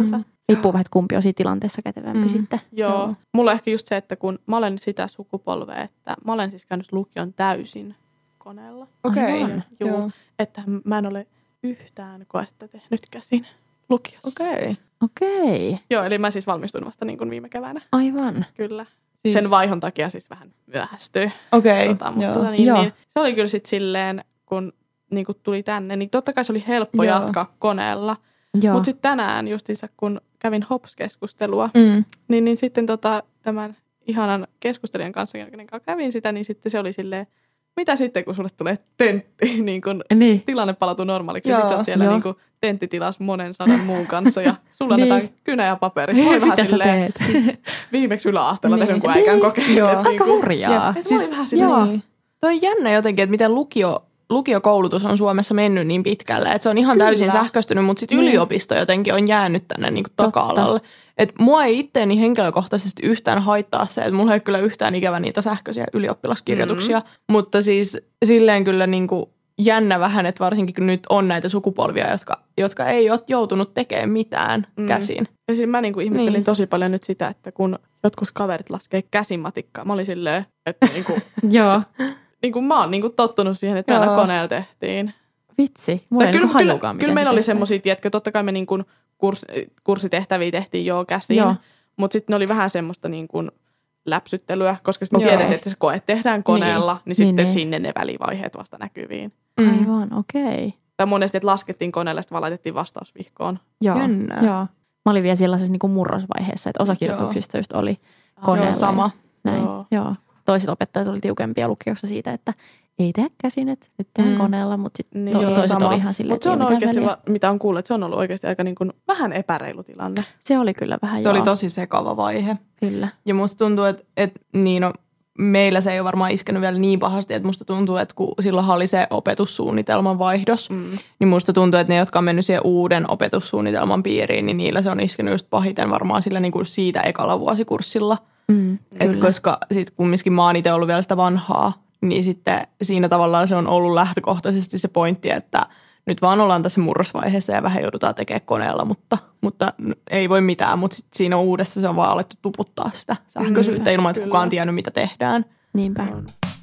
Riippuu vähän, että kumpi on siinä tilanteessa kätevämpi mm. sitten. Joo. Joo. Mulla on ehkä just se, että kun mä olen sitä sukupolvea, että mä olen siis käynyt lukion täysin koneella. Okei. Okay. Joo. Että mä en ole yhtään koetta tehnyt käsin lukiossa. Okei. Okay. Okei. Okay. Joo, eli mä siis valmistuin vasta niin kuin viime keväänä. Aivan. Kyllä. Siis... Sen vaihon takia siis vähän myöhästyi. Okei. Okay. Tota, mutta niin, niin, se oli kyllä sitten silleen, kun niin kuin tuli tänne, niin totta kai se oli helppo Joo. jatkaa koneella. Mutta sitten tänään justiinsa, kun kävin H O P S-keskustelua, mm. niin, niin sitten tota, tämän ihanan keskustelijan kanssa, kenen kanssa kävin sitä, niin sitten se oli silleen, mitä sitten, kun sulle tulee tentti, niin kun niin. tilanne palautuu normaaliksi. Joo. Ja sitten sä oot siellä niin kun tenttitilas monen sadan muun kanssa ja sulla niin. annetaan kynä ja paperi. Mä olin vähän silleen, siis viimeksi yläasteella niin. tehnyt, kun äikään kokeillut. Aika niin hurjaa. Siis, oli vähän silleen. Niin. Toi on jännä jotenkin, että miten lukio... lukiokoulutus on Suomessa mennyt niin pitkälle, että se on ihan Kyllä. täysin sähköistynyt, mutta sitten niin. yliopisto jotenkin on jäänyt tänne niin kuin taka-alalle. Et mua ei itteeni henkilökohtaisesti yhtään haittaa se, että mulla ei kyllä yhtään ikävä niitä sähköisiä ylioppilaskirjoituksia, mm. mutta siis silleen kyllä niin kuin jännä vähän, että varsinkin kun nyt on näitä sukupolvia, jotka, jotka ei ole joutunut tekemään mitään mm. käsin. Ja siis mä niin kuin ihmettelin niin. tosi paljon nyt sitä, että kun jotkut kaverit laskee käsimatikkaa, mä olin silleen, että niin kuin... Joo. Niin kuin mä oon niin kuin tottunut siihen, että aina koneella tehtiin. Vitsi, mulla ei kyllä, niin hajukaan, kyllä meillä oli semmoisia, tiedätkö, totta kai me niin kuin kurs, kurssitehtäviä tehtiin jo käsiin, joo. mutta sitten ne oli vähän semmoista niin kuin läpsyttelyä, koska sitten tiedettiin, että se koe tehdään koneella, niin, niin sitten niin, sinne ne välivaiheet vasta näkyviin. Mm. Aivan, okei. Okay. Tai monesti, että laskettiin koneella, sitten vaan laitettiin vastausvihkoon. Joo, joo. Mä olin vielä sellaisessa niin kuin murrosvaiheessa, että osa kirjoituksista just oli koneella. Joo, sama. Näin, joo. joo. Toiset opettajat oli tiukempia lukiossa siitä, että ei tehdä käsin, että nyt tehdään mm. koneella, mutta sitten niin, to- toiset sama. Oli ihan silleen, että se on oikeasti, va- mitä on kuullut, että se on ollut oikeasti aika niin kuin vähän epäreilu tilanne. Se oli kyllä vähän, Se joo. oli tosi sekava vaihe. Kyllä. Ja musta tuntuu, että, että niin no, meillä se ei ole varmaan iskenyt vielä niin pahasti, että musta tuntuu, että kun silloin oli se opetussuunnitelman vaihdos, mm. niin musta tuntuu, että ne, jotka on mennyt siihen uuden opetussuunnitelman piiriin, niin niillä se on iskenyt just pahiten varmaan sillä niin kuin siitä ekalla vuosikurssilla. Mm, Et koska sitten kumminkin mä oon itse ollut vielä sitä vanhaa, niin sitten siinä tavallaan se on ollut lähtökohtaisesti se pointti, että nyt vaan ollaan tässä murrosvaiheessa ja vähän joudutaan tekemään koneella, mutta, mutta ei voi mitään. Mutta sitten siinä uudessa se on vaan alettu tuputtaa sitä sähköisyyttä mm, ilman, että kyllä. kukaan tiennyt, mitä tehdään. Niinpä. Mm.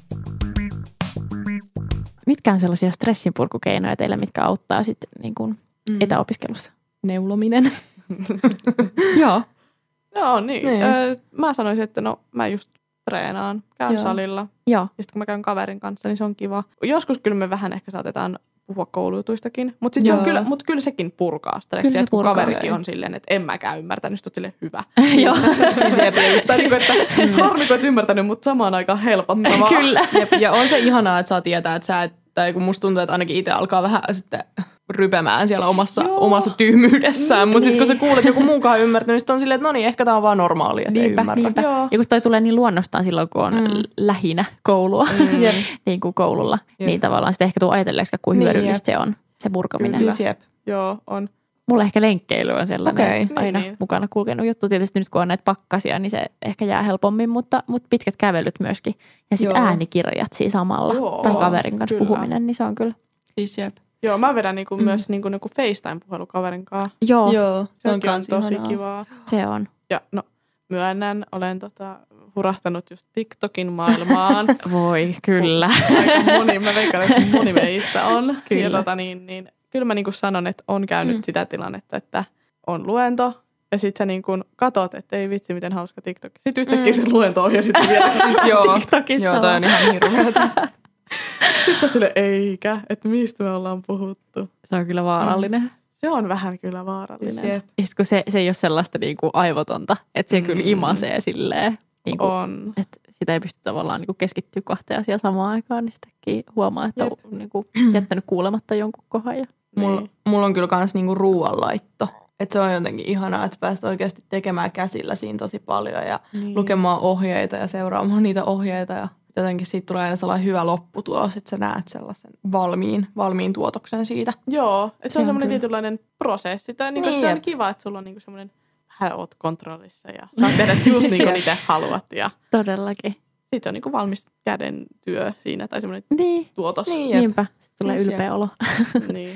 Mitkä on sellaisia stressinpurkukeinoja teille, mitkä auttaa sitten niin kuin mm. etäopiskelussa? Neulominen. Joo. Joo, niin. niin. Öö, mä sanoisin, että no mä just treenaan, käyn Joo. salilla. Joo. Ja sitten kun mä käyn kaverin kanssa, niin se on kiva. Joskus kyllä me vähän ehkä saatetaan puhua koulujutuistakin, mutta se kyllä, mut kyllä sekin purkaa stressiä, se että kun purkaa, kaverikin on silleen, että en mäkään ymmärtänyt, sitten on silleen hyvä. Joo. Tai niin kuin, että harmi, kun et ymmärtänyt, mutta samaan aikaan helpottavaa. Kyllä. Ja, ja on se ihanaa, että saa tietää, että sä et, tai kun musta tuntuu, että ainakin itse alkaa vähän sitten rypemään siellä omassa, omassa tyhmyydessään, mutta niin. sitten kun sä kuulet, joku muukaan ymmärtänyt, niin sitten on silleen, että no niin, ehkä tää on vaan normaalia, että niinpä, ei ymmärrä. Niinpä. Ja kun toi tulee niin luonnostaan silloin, kun on mm. lähinnä koulua, mm. niin kuin koululla, Jep. niin tavallaan sitten ehkä tuu ajatelleeksi, kuin niin, hyödyllistä se on, se purkaminen. Kyllä. Joo, on. Mulla ehkä lenkkeily on sellainen okay. aina niin, niin. mukana kulkenut juttu. Tietysti nyt kun on näitä pakkasia, niin se ehkä jää helpommin, mutta, mutta pitkät kävelyt myöskin. Ja sitten äänikirjat siinä samalla Joo, tai kaverin kanssa kyllä. puhuminen, niin se on kyllä. Siis jep. Joo, mä vedän niinku mm. myös niinku, niinku FaceTime-puhelu kaverin kanssa. Joo. Joo. Se on, on tosi ihanaa. Kivaa. Se on. Ja no, myönnän, olen tota, hurahtanut just TikTokin maailmaan. Voi, kyllä. Aika moni, mä veikkaan, että moni meistä on. Kyllä. Ja tota niin, niin kyllä mä niinku sanon, että on käynyt mm. sitä tilannetta, että on luento. Ja sit sä niinku katot, että ei vitsi, miten hauska TikTok. Sitten yhtäkkiä mm. se luento on ja sit sä vielä siis joo. TikTokissa. Joo, toi on ihan hirveätä. Sitten sä oot silleen, eikä, että mistä me ollaan puhuttu. Se on kyllä vaarallinen. Mm. Se on vähän kyllä vaarallinen. Se, ja sit kun se, se ei ole sellaista niinku aivotonta, että se mm. kyllä imasee silleen. Niinku, on. Että sitä ei pysty tavallaan niinku keskittyä kahteen asiaan samaan aikaan, niin sitäkin huomaa, että Jep. on niinku jättänyt kuulematta jonkun kohan. Ja... Mulla, mulla on kyllä kans niinku ruuanlaitto. Että se on jotenkin ihanaa, että päästä oikeasti tekemään käsillä siinä tosi paljon ja niin. lukemaan ohjeita ja seuraamaan niitä ohjeita. Ja jotenkin siitä tulee aina sellainen hyvä lopputulos, että sä näet sellaisen valmiin, valmiin tuotoksen siitä. Joo, että se, se on semmoinen tietynlainen prosessi. Tai niinku, niin. Se on kiva, että sulla on niinku semmoinen, vähän oot kontrollissa ja saat tehdä just niin kuin itse haluat. Ja todellakin. Sitten se on niinku valmis käden työ siinä tai semmoinen niin. tuotos. Niin, niinpä. Sitten tulee ylpeä olo. niin.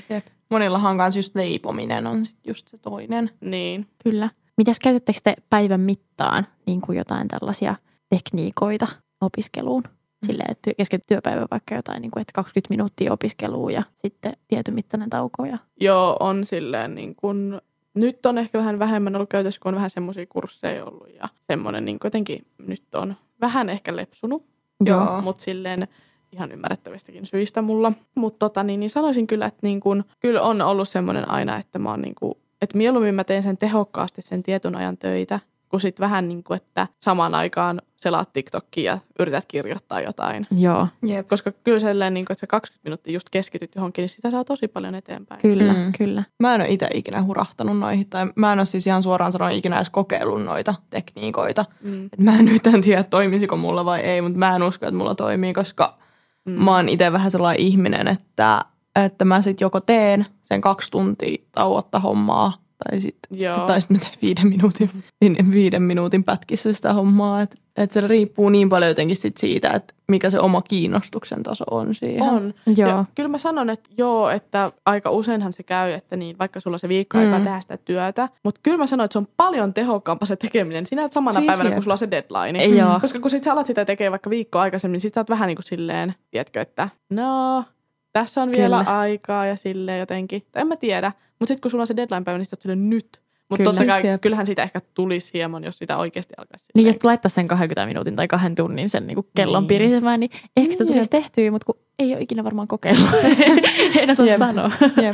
Monillahan kanssa just leipominen on sit just se toinen. Niin. Kyllä. Mitäs käytättekö te päivän mittaan niin kuin jotain tällaisia tekniikoita opiskeluun? Silleen, että kesken työpäivä vaikka jotain, niin kuin, että kaksikymmentä minuuttia opiskelua ja sitten tietyn mittainen tauko. Ja... Joo, on silleen niin kuin, nyt on ehkä vähän vähemmän ollut käytössä, kun on vähän semmoisia kursseja ollut ja semmoinen niin jotenkin nyt on vähän ehkä lepsunut. Joo. Mutta silleen ihan ymmärrettävistäkin syistä mulla. Mutta tota, niin, niin sanoisin kyllä, että niin kuin, kyllä on ollut semmoinen aina, että mä oon niin kuin, että mieluummin mä teen sen tehokkaasti sen tietyn ajan töitä, kun sitten vähän niin kuin, että samaan aikaan selaat TikTokia ja yrität kirjoittaa jotain. Joo. Jep. Koska kyllä sellainen, niin kuin, että sä kaksikymmentä minuuttia just keskityt johonkin, niin sitä saa tosi paljon eteenpäin. Kyllä, Mm. kyllä. Mä en ole itse ikinä hurahtanut noihin, tai mä en ole siis ihan suoraan sanoen ikinä edes kokeillut noita tekniikoita. Mm. Et mä en yhtään tiedä, toimisiko mulla vai ei, mutta mä en usko, että mulla toimii, koska Mm. mä oon itse vähän sellainen ihminen, että, että mä sit joko teen sen kaksi tuntia tauotta hommaa, tai sitten Joo. tai sit mä teen viiden minuutin, viiden minuutin pätkissä sitä hommaa. Että et se riippuu niin paljon jotenkin sit siitä, että mikä se oma kiinnostuksen taso on siihen. On. Joo. Ja kyllä mä sanon, että joo, että aika useinhan se käy, että niin, vaikka sulla se viikko aikaa Mm. tehdä sitä työtä, mutta kyllä mä sanon, että se on paljon tehokkaampaa se tekeminen sinä samana Siis päivänä, jep. kun sulla on se deadline. Ei joo. Koska kun sit sä alat sitä tekemään vaikka viikko aikaisemmin, niin sit sä oot vähän niin kuin silleen, tiedätkö, että no, tässä on vielä Kyllä. aikaa ja silleen jotenkin. Tai en mä tiedä, mutta sitten kun sulla on se deadline-päivä, niin sit oot silleen nyt. Mutta Kyllä. totta kai, Siis jep. kyllähän sitä ehkä tulisi hieman, jos sitä oikeasti alkaisi Niin, silleen. jos laittaa sen kaksikymmentä minuutin tai kahden tunnin sen niin kuin kellon Niin. pirisemään, niin ehkä sitä Niin, tulisi jep. tehtyä, mutta kun ei ole ikinä varmaan kokeillut. En osaa Jep. sanoa. Jep.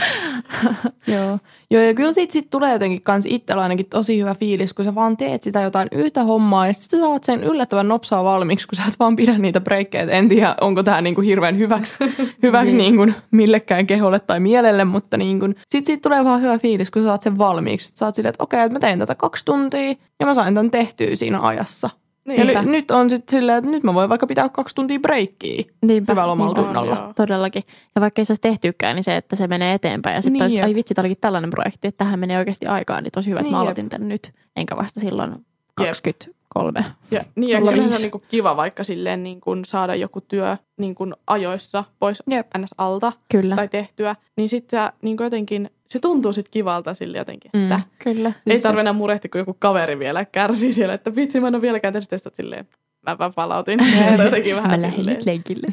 Joo. Joo, ja kyllä siitä sit tulee jotenkin kans itsellä ainakin tosi hyvä fiilis, kun sä vaan teet sitä jotain yhtä hommaa, ja sitten sä saat sen yllättävän nopsaa valmiiksi, kun sä et vaan pidä niitä breikkejä. En tiedä, onko tämä niinku hirveän hyväksi, hyväksi Niin. niinku millekään keholle tai mielelle, mutta niinku, sit siitä tulee vaan hyvä fiilis, kun sä saat sen valmiiksi. Sä saat silleen, että okei, että mä tein tätä kaksi tuntia, ja mä sain tämän tehtyä siinä ajassa. Ja Niinpä. ny, nyt on sitten silleen, että nyt mä voin vaikka pitää kaksi tuntia breikkiä Niinpä. hyvällä omalla Niinpä. tunnalla. joo. Todellakin. Ja vaikka ei se olisi tehtykään, niin se, että se menee eteenpäin. Ja sitten Niin, niin, jep. ai vitsi, tämä olikin tällainen projekti, että tähän menee oikeasti aikaa, niin tosi hyvä, että Niin, mä jep. aloitin tämän nyt, enkä vasta silloin kaksikymmentäkolme. Ja, niin, ja Nolla kyllähän se on viisi. niinku kiva vaikka silleen niin kun saada joku työ niin kun ajoissa pois Jep. ns. Alta Kyllä. tai tehtyä, niin sitten niin jotenkin, se tuntuu sitten kivalta sille jotenkin, Mm. että Kyllä. ei tarvitse enää murehtia, kun joku kaveri vielä kärsii siellä, että vitsi, mä en ole vieläkään tehnyt sitä silleen, mä vaan palautin. Tai jotenkin vähän Mä lähdin silleen. nyt lenkille.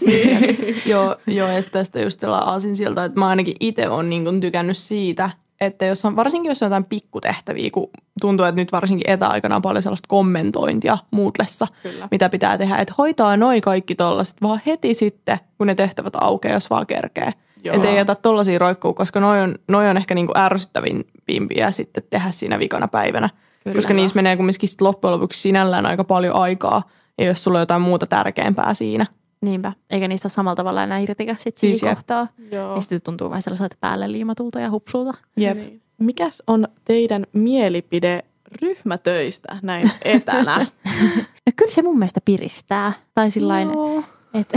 joo, joo, ja sit tästä just aasin siltä, että mä ainakin itse olen niin tykännyt siitä, että jos on, varsinkin jos on jotain pikkutehtäviä, kun tuntuu, että nyt varsinkin etäaikana on paljon sellaista kommentointia Moodlessa, Kyllä. mitä pitää tehdä, että hoitaa noi kaikki tollaset vaan heti sitten, kun ne tehtävät aukeaa, jos vaan kerkee. Joo. Että ei jätä tollaisia roikkuu, koska noi on, noi on ehkä niinku ärsyttävimpiä sitten tehdä siinä vikana päivänä. Kyllä. Koska niissä menee kumminkin sit loppujen lopuksi sinällään aika paljon aikaa, ja jos sulla on jotain muuta tärkeämpää siinä. Niinpä. Eikä niistä samalla tavalla enää irtikään sit Siis siinä jep. kohtaa. Joo. Niin sitten tuntuu vähän sellaiselta päälle liimatulta ja hupsulta. Jep. Niin. Mikäs on teidän mielipide ryhmätöistä näin etänä? No kyllä se mun mielestä piristää. Tai sillain, Joo. että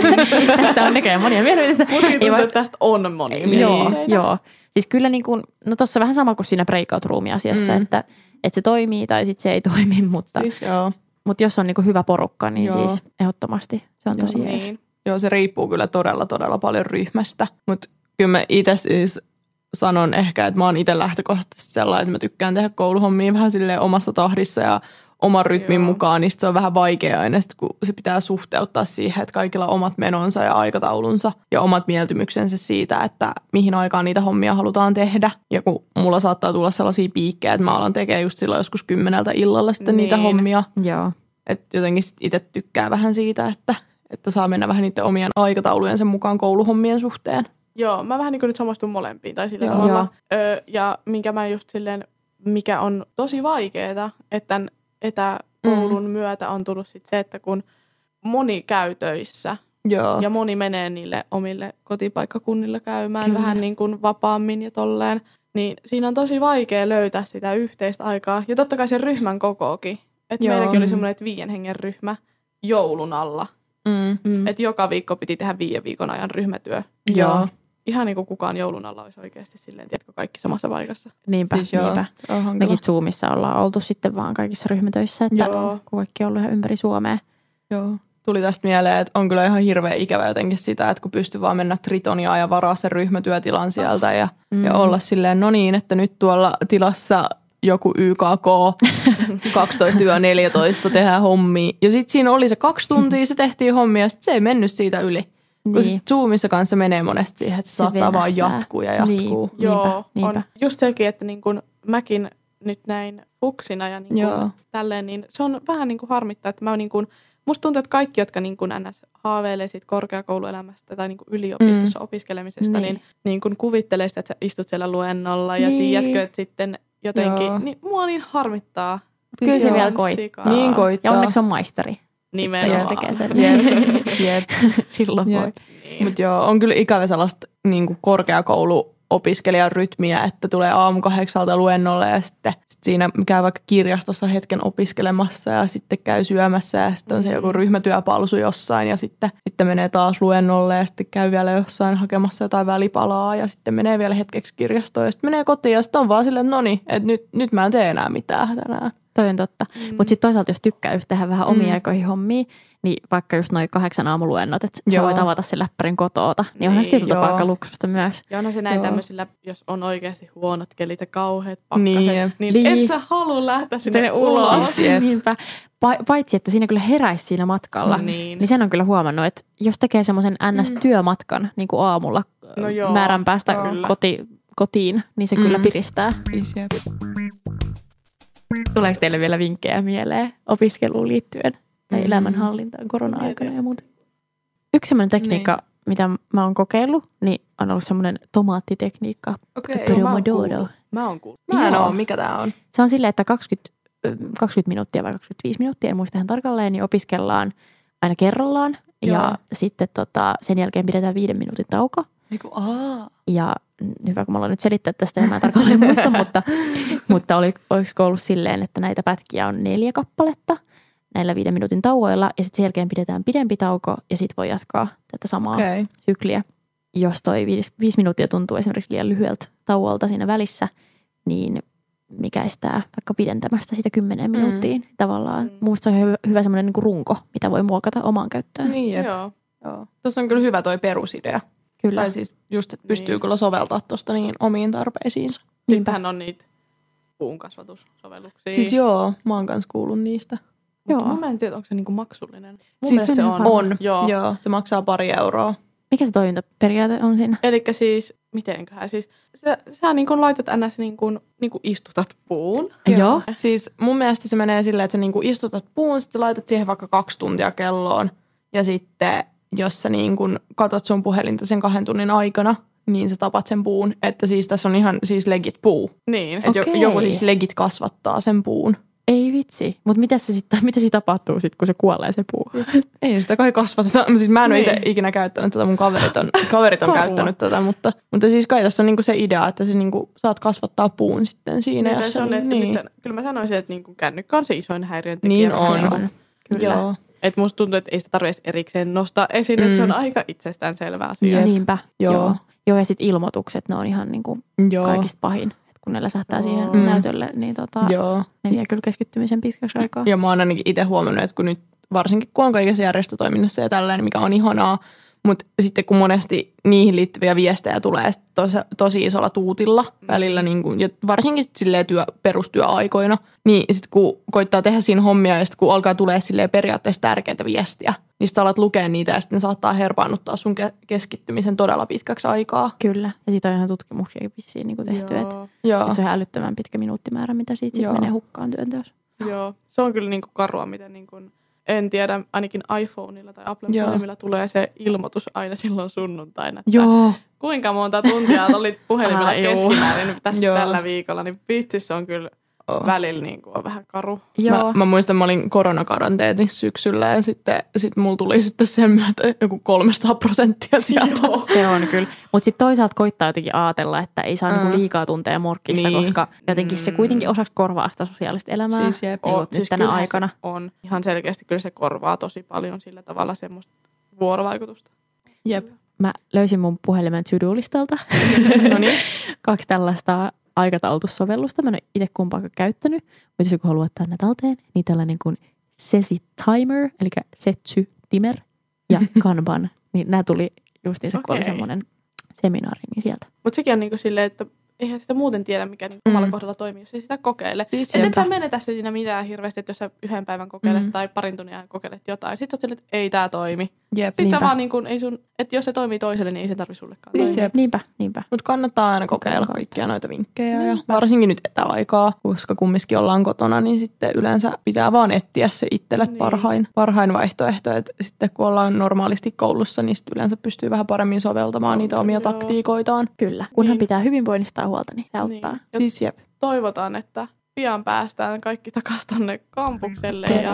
tästä on näköjään monia mielipiteitä. Mustakin Ei tuntuu, vaan- että tästä on monia Joo, mielipiteitä. joo. Siis kyllä niin kuin, no tossa vähän sama kuin siinä breakout room asiassa, Mm. että, että se toimii tai sitten se ei toimi, mutta, Siis joo. mutta jos on niin kuin hyvä porukka, niin Joo. siis ehdottomasti se on Joo, tosi jees. Niin. Joo, se riippuu kyllä todella, todella paljon ryhmästä. Mutta kyllä mä itse siis sanon ehkä, että mä oon itse lähtökohtaisesti sellainen, että mä tykkään tehdä kouluhommia vähän silleen omassa tahdissa ja oman rytmin Joo. mukaan, niin sit se on vähän vaikea aina, sit, kun se pitää suhteuttaa siihen, että kaikilla on omat menonsa ja aikataulunsa ja omat mieltymyksensä siitä, että mihin aikaan niitä hommia halutaan tehdä. Ja kun mulla saattaa tulla sellaisia piikkejä, että mä alan tekemään just silloin joskus kymmeneltä illalla sitten niitä Niin. hommia. Joo. Että jotenkin sit itse tykkää vähän siitä, että, että saa mennä vähän niiden omien aikataulujensa mukaan kouluhommien suhteen. Joo, mä vähän niin kuin nyt samastun molempiin tai sillä Joo. tavalla. Ö, ja minkä mä just silleen, mikä on tosi vaikeeta, että tämän etäkoulun mm. myötä on tullut sit se, että kun moni käy töissä Joo. ja moni menee niille omille kotipaikkakunnille käymään Kyllä. vähän niin kuin vapaammin ja tolleen, niin siinä on tosi vaikea löytää sitä yhteistä aikaa. Ja totta kai sen ryhmän kokookin. Että Joo. meilläkin oli semmoinen, että viien hengen ryhmä joulun alla. Mm. Mm. Että joka viikko piti tehdä viiden viikon ajan ryhmätyö. Joo. Ihan niin kuin kukaan joulun alla olisi oikeasti silleen, tiedätkö, kaikki samassa paikassa. Niinpä, Siis joo. niinpä. On hankala. Mekin Zoomissa ollaan oltu sitten vaan kaikissa ryhmätöissä, että Joo. kun kaikki on ollut ihan ympäri Suomea. Joo. tuli tästä mieleen, että on kyllä ihan hirveän ikävä jotenkin sitä, että kun pystyy vaan mennä Tritoniaan ja varaa sen ryhmätyötilan sieltä ja, mm. ja olla silleen, no niin, että nyt tuolla tilassa joku Y K K kaksitoista neljätoista tehdään hommia. Ja sitten siinä oli se kaksi tuntia, se tehtiin hommia ja sitten se ei mennyt siitä yli. Niin. Kun sit Zoomissa kanssa menee monesti siihen, että se, se saattaa venähtää. Vaan jatkuu ja jatkuu. Niin. Joo, niinpä. On just sekin, että niin kun mäkin nyt näin fuksina ja niin kun tälleen, niin se on vähän niin kuin harmittaa, että mä niin kun, musta tuntuu, että kaikki, jotka niin kun ns. Haaveilee siitä korkeakouluelämästä tai niin kun yliopistossa mm. opiskelemisesta, niin, niin, niin kun kuvittelee sitä, että sä istut siellä luennolla ja niin. tiedätkö, että sitten jotenkin, joo. niin mua niin harmittaa. Kyllä se, se vielä koittaa. Niin koittaa. Ja onneksi on maisteri. Nimenomaan. Jos tekee sen. Jep. Jep. Silloin Jep. voi. Niin. Mutta joo, on kyllä ikävä sellaista niin kuin korkeakouluopiskelijan rytmiä, että tulee aamu kahdeksalta luennolle ja sitten sit siinä käy vaikka kirjastossa hetken opiskelemassa ja sitten käy syömässä ja sitten on se joku ryhmätyöpalsu jossain ja sitten, sitten menee taas luennolle ja sitten käy vielä jossain hakemassa jotain välipalaa ja sitten menee vielä hetkeksi kirjastoon ja sitten menee kotiin ja sitten on vaan silleen, että no niin, että nyt, nyt mä en tee enää mitään tänään. Toi on totta. Mm. Mutta sitten toisaalta, jos tykkää just tehdä vähän omia mm. aikoihin hommia, niin vaikka just noin kahdeksan aamuluennot, että sä voit avata sen läppärin kotoota, niin, niin onhan se tietyllä tapaa luksusta myös. Ja onhan se näin tämmöisillä, jos on oikeasti huonot kelit ja kauheat pakkaset, niin, niin, niin et sä halua lähteä sinne, sinne ulos. Siis, niinpä. Paitsi, että siinä kyllä heräisi siinä matkalla, niin, niin sen on kyllä huomannut, että jos tekee semmoisen N S-työmatkan niin kuin aamulla no joo, määrän päästä koti, kotiin, niin se mm. kyllä piristää. Siis jep. Tuleeko teille vielä vinkkejä mieleen opiskeluun liittyen tai mm. elämänhallintaan korona-aikana ja muuta? Yksi semmoinen tekniikka, niin. mitä mä oon kokeillut, niin on ollut semmoinen tomaattitekniikka. Okei, okay, mä oon kuullut. Mä oon kuullut. Mä en oo, mikä tää on? Se on silleen, että kaksikymmentä, kaksikymmentä minuuttia vai kaksikymmentäviisi minuuttia, en muista ihan tarkalleen, niin opiskellaan aina kerrallaan. Joo. Ja sitten tota, sen jälkeen pidetään viiden minuutin tauko. Eiku, aa. Ja hyvä, kun mä aloin nyt selittää tästä, ja mä en tarkalleen muista, mutta, mutta oli, olisiko ollut silleen, että näitä pätkiä on neljä kappaletta näillä viiden minuutin tauoilla, ja sitten sen jälkeen pidetään pidempi tauko, ja sitten voi jatkaa tätä samaa okay. sykliä. Jos toi viisi, viisi minuuttia tuntuu esimerkiksi liian lyhyeltä tauolta siinä välissä, niin mikä estää vaikka pidentämästä sitä kymmeneen minuuttiin. Mm. Tavallaan mm. musta se on hyvä, hyvä semmoinen niin kuin runko, mitä voi muokata omaan käyttöön. Niin, joo. joo. Tuossa on kyllä hyvä toi perusidea. Kyllä. Tai siis just, että pystyy niin. kyllä soveltaa tuosta niin omiin tarpeisiinsa. Sittenhän on niitä puun kasvatussovelluksia. Siis joo, mä oon kanssa kuullut niistä. Joo. Mutta mä en tiedä, onko se niinku maksullinen. Mun siis se on. on. Joo. joo. Se maksaa pari euroa. Mikä se toimintaperiaate on siinä? Elikkä siis, mitenköhän siis, sä, sä niin kuin laitat ns. Niin kuin, niin kuin istutat puun. Joo. joo. Siis mun mielestä se menee silleen, että sä niin kuin istutat puun, sitten laitat siihen vaikka kaksi tuntia kelloon. Ja sitten, jos sä niin kuin katot sun puhelinta sen kahden tunnin aikana, niin sä tapat sen puun. Että siis tässä on ihan siis legit puu. Niin. Että okay. joku siis legit kasvattaa sen puun. Ei vitsi. Mutta mitä se sitten, mitä se tapahtuu sitten, kun se kuolee se puu? Ei sitä kai kasvateta. Siis mä en ole niin. itse ikinä käyttänyt tätä, mun kaverit on, kaverit on käyttänyt tätä, mutta, mutta siis kai tässä on niinku se idea, että sä niinku saat kasvattaa puun sitten siinä. Niin, se on, että niin. nyt, kyllä mä sanoisin, että niinku kännykkä on se isoin häiriöntekijä. Niin on. on. Kyllä. Joo. Että musta tuntuu, että ei sitä tarvitse erikseen nostaa esiin, mm. että se on aika itsestäänselvä asia. Ja niinpä. Joo. Joo. Joo, ja sitten ilmoitukset, ne on ihan niinku kaikista pahin. Kun ne läsähtää siihen mm. näytölle, niin tota, ne vie kyllä keskittymisen pitkäksi aikaa. Ja mä oon ainakin itse huomannut, että kun nyt varsinkin kun on kaikessa järjestötoiminnassa ja tällainen, mikä on ihanaa, mutta sitten kun monesti niihin liittyviä viestejä tulee tosi, tosi isolla tuutilla välillä, niin kun, ja varsinkin silleen työ, perustyöaikoina, niin sitten kun koittaa tehdä siinä hommia ja sitten kun alkaa tulee silleen periaatteessa tärkeitä viestiä, niin sitten alat lukea niitä ja sitten ne saattaa herpaannuttaa sun keskittymisen todella pitkäksi aikaa. Kyllä, ja siitä on ihan tutkimuksia vissiin niin tehty, että et se on älyttömän pitkä minuuttimäärä, mitä siitä sitten menee hukkaan työnteossa. Joo, se on kyllä niin kuin karua, miten niin kuin en tiedä, ainakin iPhoneilla tai Apple-puhelimilla tulee se ilmoitus aina silloin sunnuntaina. Joo. Kuinka monta tuntia olit puhelimella keskimäärin tässä Joo. tällä viikolla, niin vitsissä on kyllä oh. välillä niin kuin on vähän karu. Joo. Mä, mä muistan, mä olin koronakaranteenissa syksyllä ja sitten sit mulla tuli sitten sen myötä joku kolmesataa prosenttia sieltä. Joo. Se on kyllä. Mutta sitten toisaalta koittaa jotenkin ajatella, että ei saa mm. niinku liikaa tunteja morkkista, niin. koska jotenkin mm. se kuitenkin osaksi korvaa sitä sosiaalista elämää siis jep. niin o, siis nyt tänä aikana. On ihan selkeästi, kyllä se korvaa tosi paljon sillä tavalla semmoista vuorovaikutusta. Jep. Mä löysin mun puhelimen to-do-listalta no niin. kaksi tällaista aikataulutussovellusta. Mä en ole itse kumpaakaan käyttänyt, mutta jos joku haluaa ottaa ne talteen, niin tällainen kuin Sesi Timer, eli Setsy Timer ja Kanban. Niin nämä tuli justiinsa, kun Okei. oli semmoinen seminaari, niin sieltä. Mutta sekin on niinku silleen, että eihän sitä muuten tiedä, mikä niinku Mm. omalla kohdalla toimii, jos ei sitä kokeile. Siis Että et sä sepä. menetä se siinä mitään hirveästi, että jos sä yhden päivän kokeilet Mm. tai parin tunnin ajan kokeilet jotain. Sitten sä oot silleen, että ei tää toimi. Jep. Sitten Niinpä. sä vaan niinku, ei sun, että jos se toimii toiselle, niin ei se tarvi sullekaan Siis toimia. jep. Niinpä, niinpä. Mutta kannattaa aina kokeilla Kokeilla kaikkia noita vinkkejä. Ja Niinpä. varsinkin nyt etäaikaa, koska kumminkin ollaan kotona, niin sitten yleensä pitää vaan etsiä se itselle Niin. parhain, parhain vaihtoehto. Et sitten kun ollaan normaalisti koulussa, niin sitten yleensä pystyy vähän paremmin soveltamaan On, niitä omia joo. taktiikoitaan. Kyllä. Kunhan Niin. pitää hyvinvoinnistaan huolta, niin se auttaa. Niin. Ja Siis jep. toivotaan, että pian päästään kaikki takaisin tonne kampukselle. Ja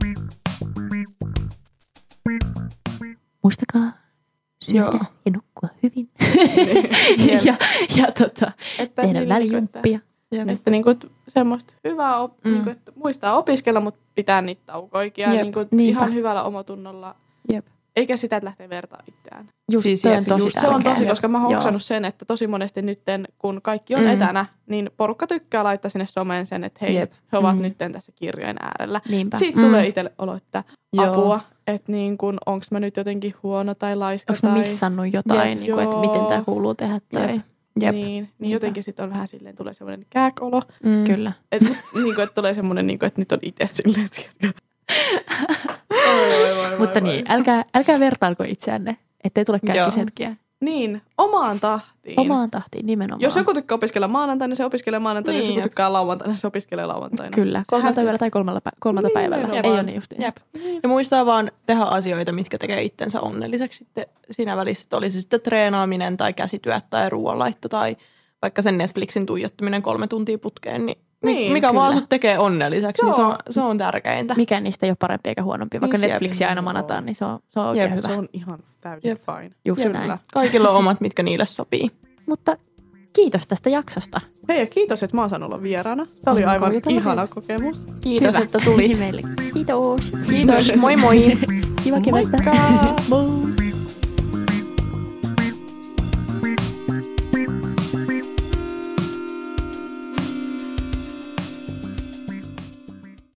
Muistakaa syödä Joo. ja nukkua hyvin. Jep. ja ja tota, että tehdä niin, välijumppia. Jep. Että, niinku, että semmoista hyvää, op, Mm. niinku, että muistaa opiskella, mutta pitää niitä taukoikin. Ja Jep. niinku, Niinpä. ihan hyvällä omatunnolla. Jep. Eikä sitä, että lähtee vertaa itseään. Just, Siis toi on jep, tosi just Se on tärkeää. tosi, koska mä oon Joo. hoksannut sen, että tosi monesti nytten, kun kaikki on Mm. etänä, niin porukka tykkää laittaa sinne someen sen, että hei, Jep. he ovat Mm. nytten tässä kirjojen äärellä. Niinpä. Siitä Mm. tulee itselle olo, että Joo. apua, että niin kun, onks mä nyt jotenkin huono tai laiska Onko mä tai... missannut jotain, Jep, niin kuin, että joo. miten tämä kuuluu tehdä? Tai... Jep. Jep. Niin, niin Niinpä. jotenkin sitten on vähän silleen, tulee semmoinen kääk-olo. Mm. Kyllä. Että niin et tulee semmoinen, niin kuin, että nyt on itse silleen, että... Oi, oi, oi, Mutta oi, niin, oi. älkää, älkää vertailko itseänne, ettei tule Joo. kärkishetkiä. Niin, omaan tahtiin. Omaan tahtiin nimenomaan. Jos joku tykkää opiskella maanantaina, se opiskelee maanantaina. Niin, Jos joku jep. tykkää lauantaina, se opiskelee lauantaina. Kyllä, kolmelta Sehän yöllä tai kolmella pä- kolmelta Niin, päivällä. nimenomaan. Ei ole niin just. Jep. Ja muistaa vaan tehdä asioita, mitkä tekee itsensä onnelliseksi sitten siinä välissä, että oli se sitten treenaaminen tai käsityöt tai ruoanlaitto tai vaikka sen Netflixin tuijottaminen kolme tuntia putkeen, niin, Niin, mikä kyllä. vaan sut tekee onnelliseksi, niin se on, Joo. se on tärkeintä. Mikään niistä ei ole parempi eikä huonompi. Vaikka Niin se- Netflixiä aina Joo. manataan, niin se on, se on oikein Jep, hyvä. Se on ihan täysin Jep. fine. Just Kyllä. näin. Kaikilla on omat, mitkä niille sopii. Mutta kiitos tästä jaksosta. Hei, ja kiitos, että mä oon saanut olla vieraana. Tämä oli Mm, aivan kuvitellaan. ihana kokemus. Kiitos, Hyvä. että tulit. Meille. Kiitos. Kiitos, moi moi! Kiva kevättä. Moikka! Moi.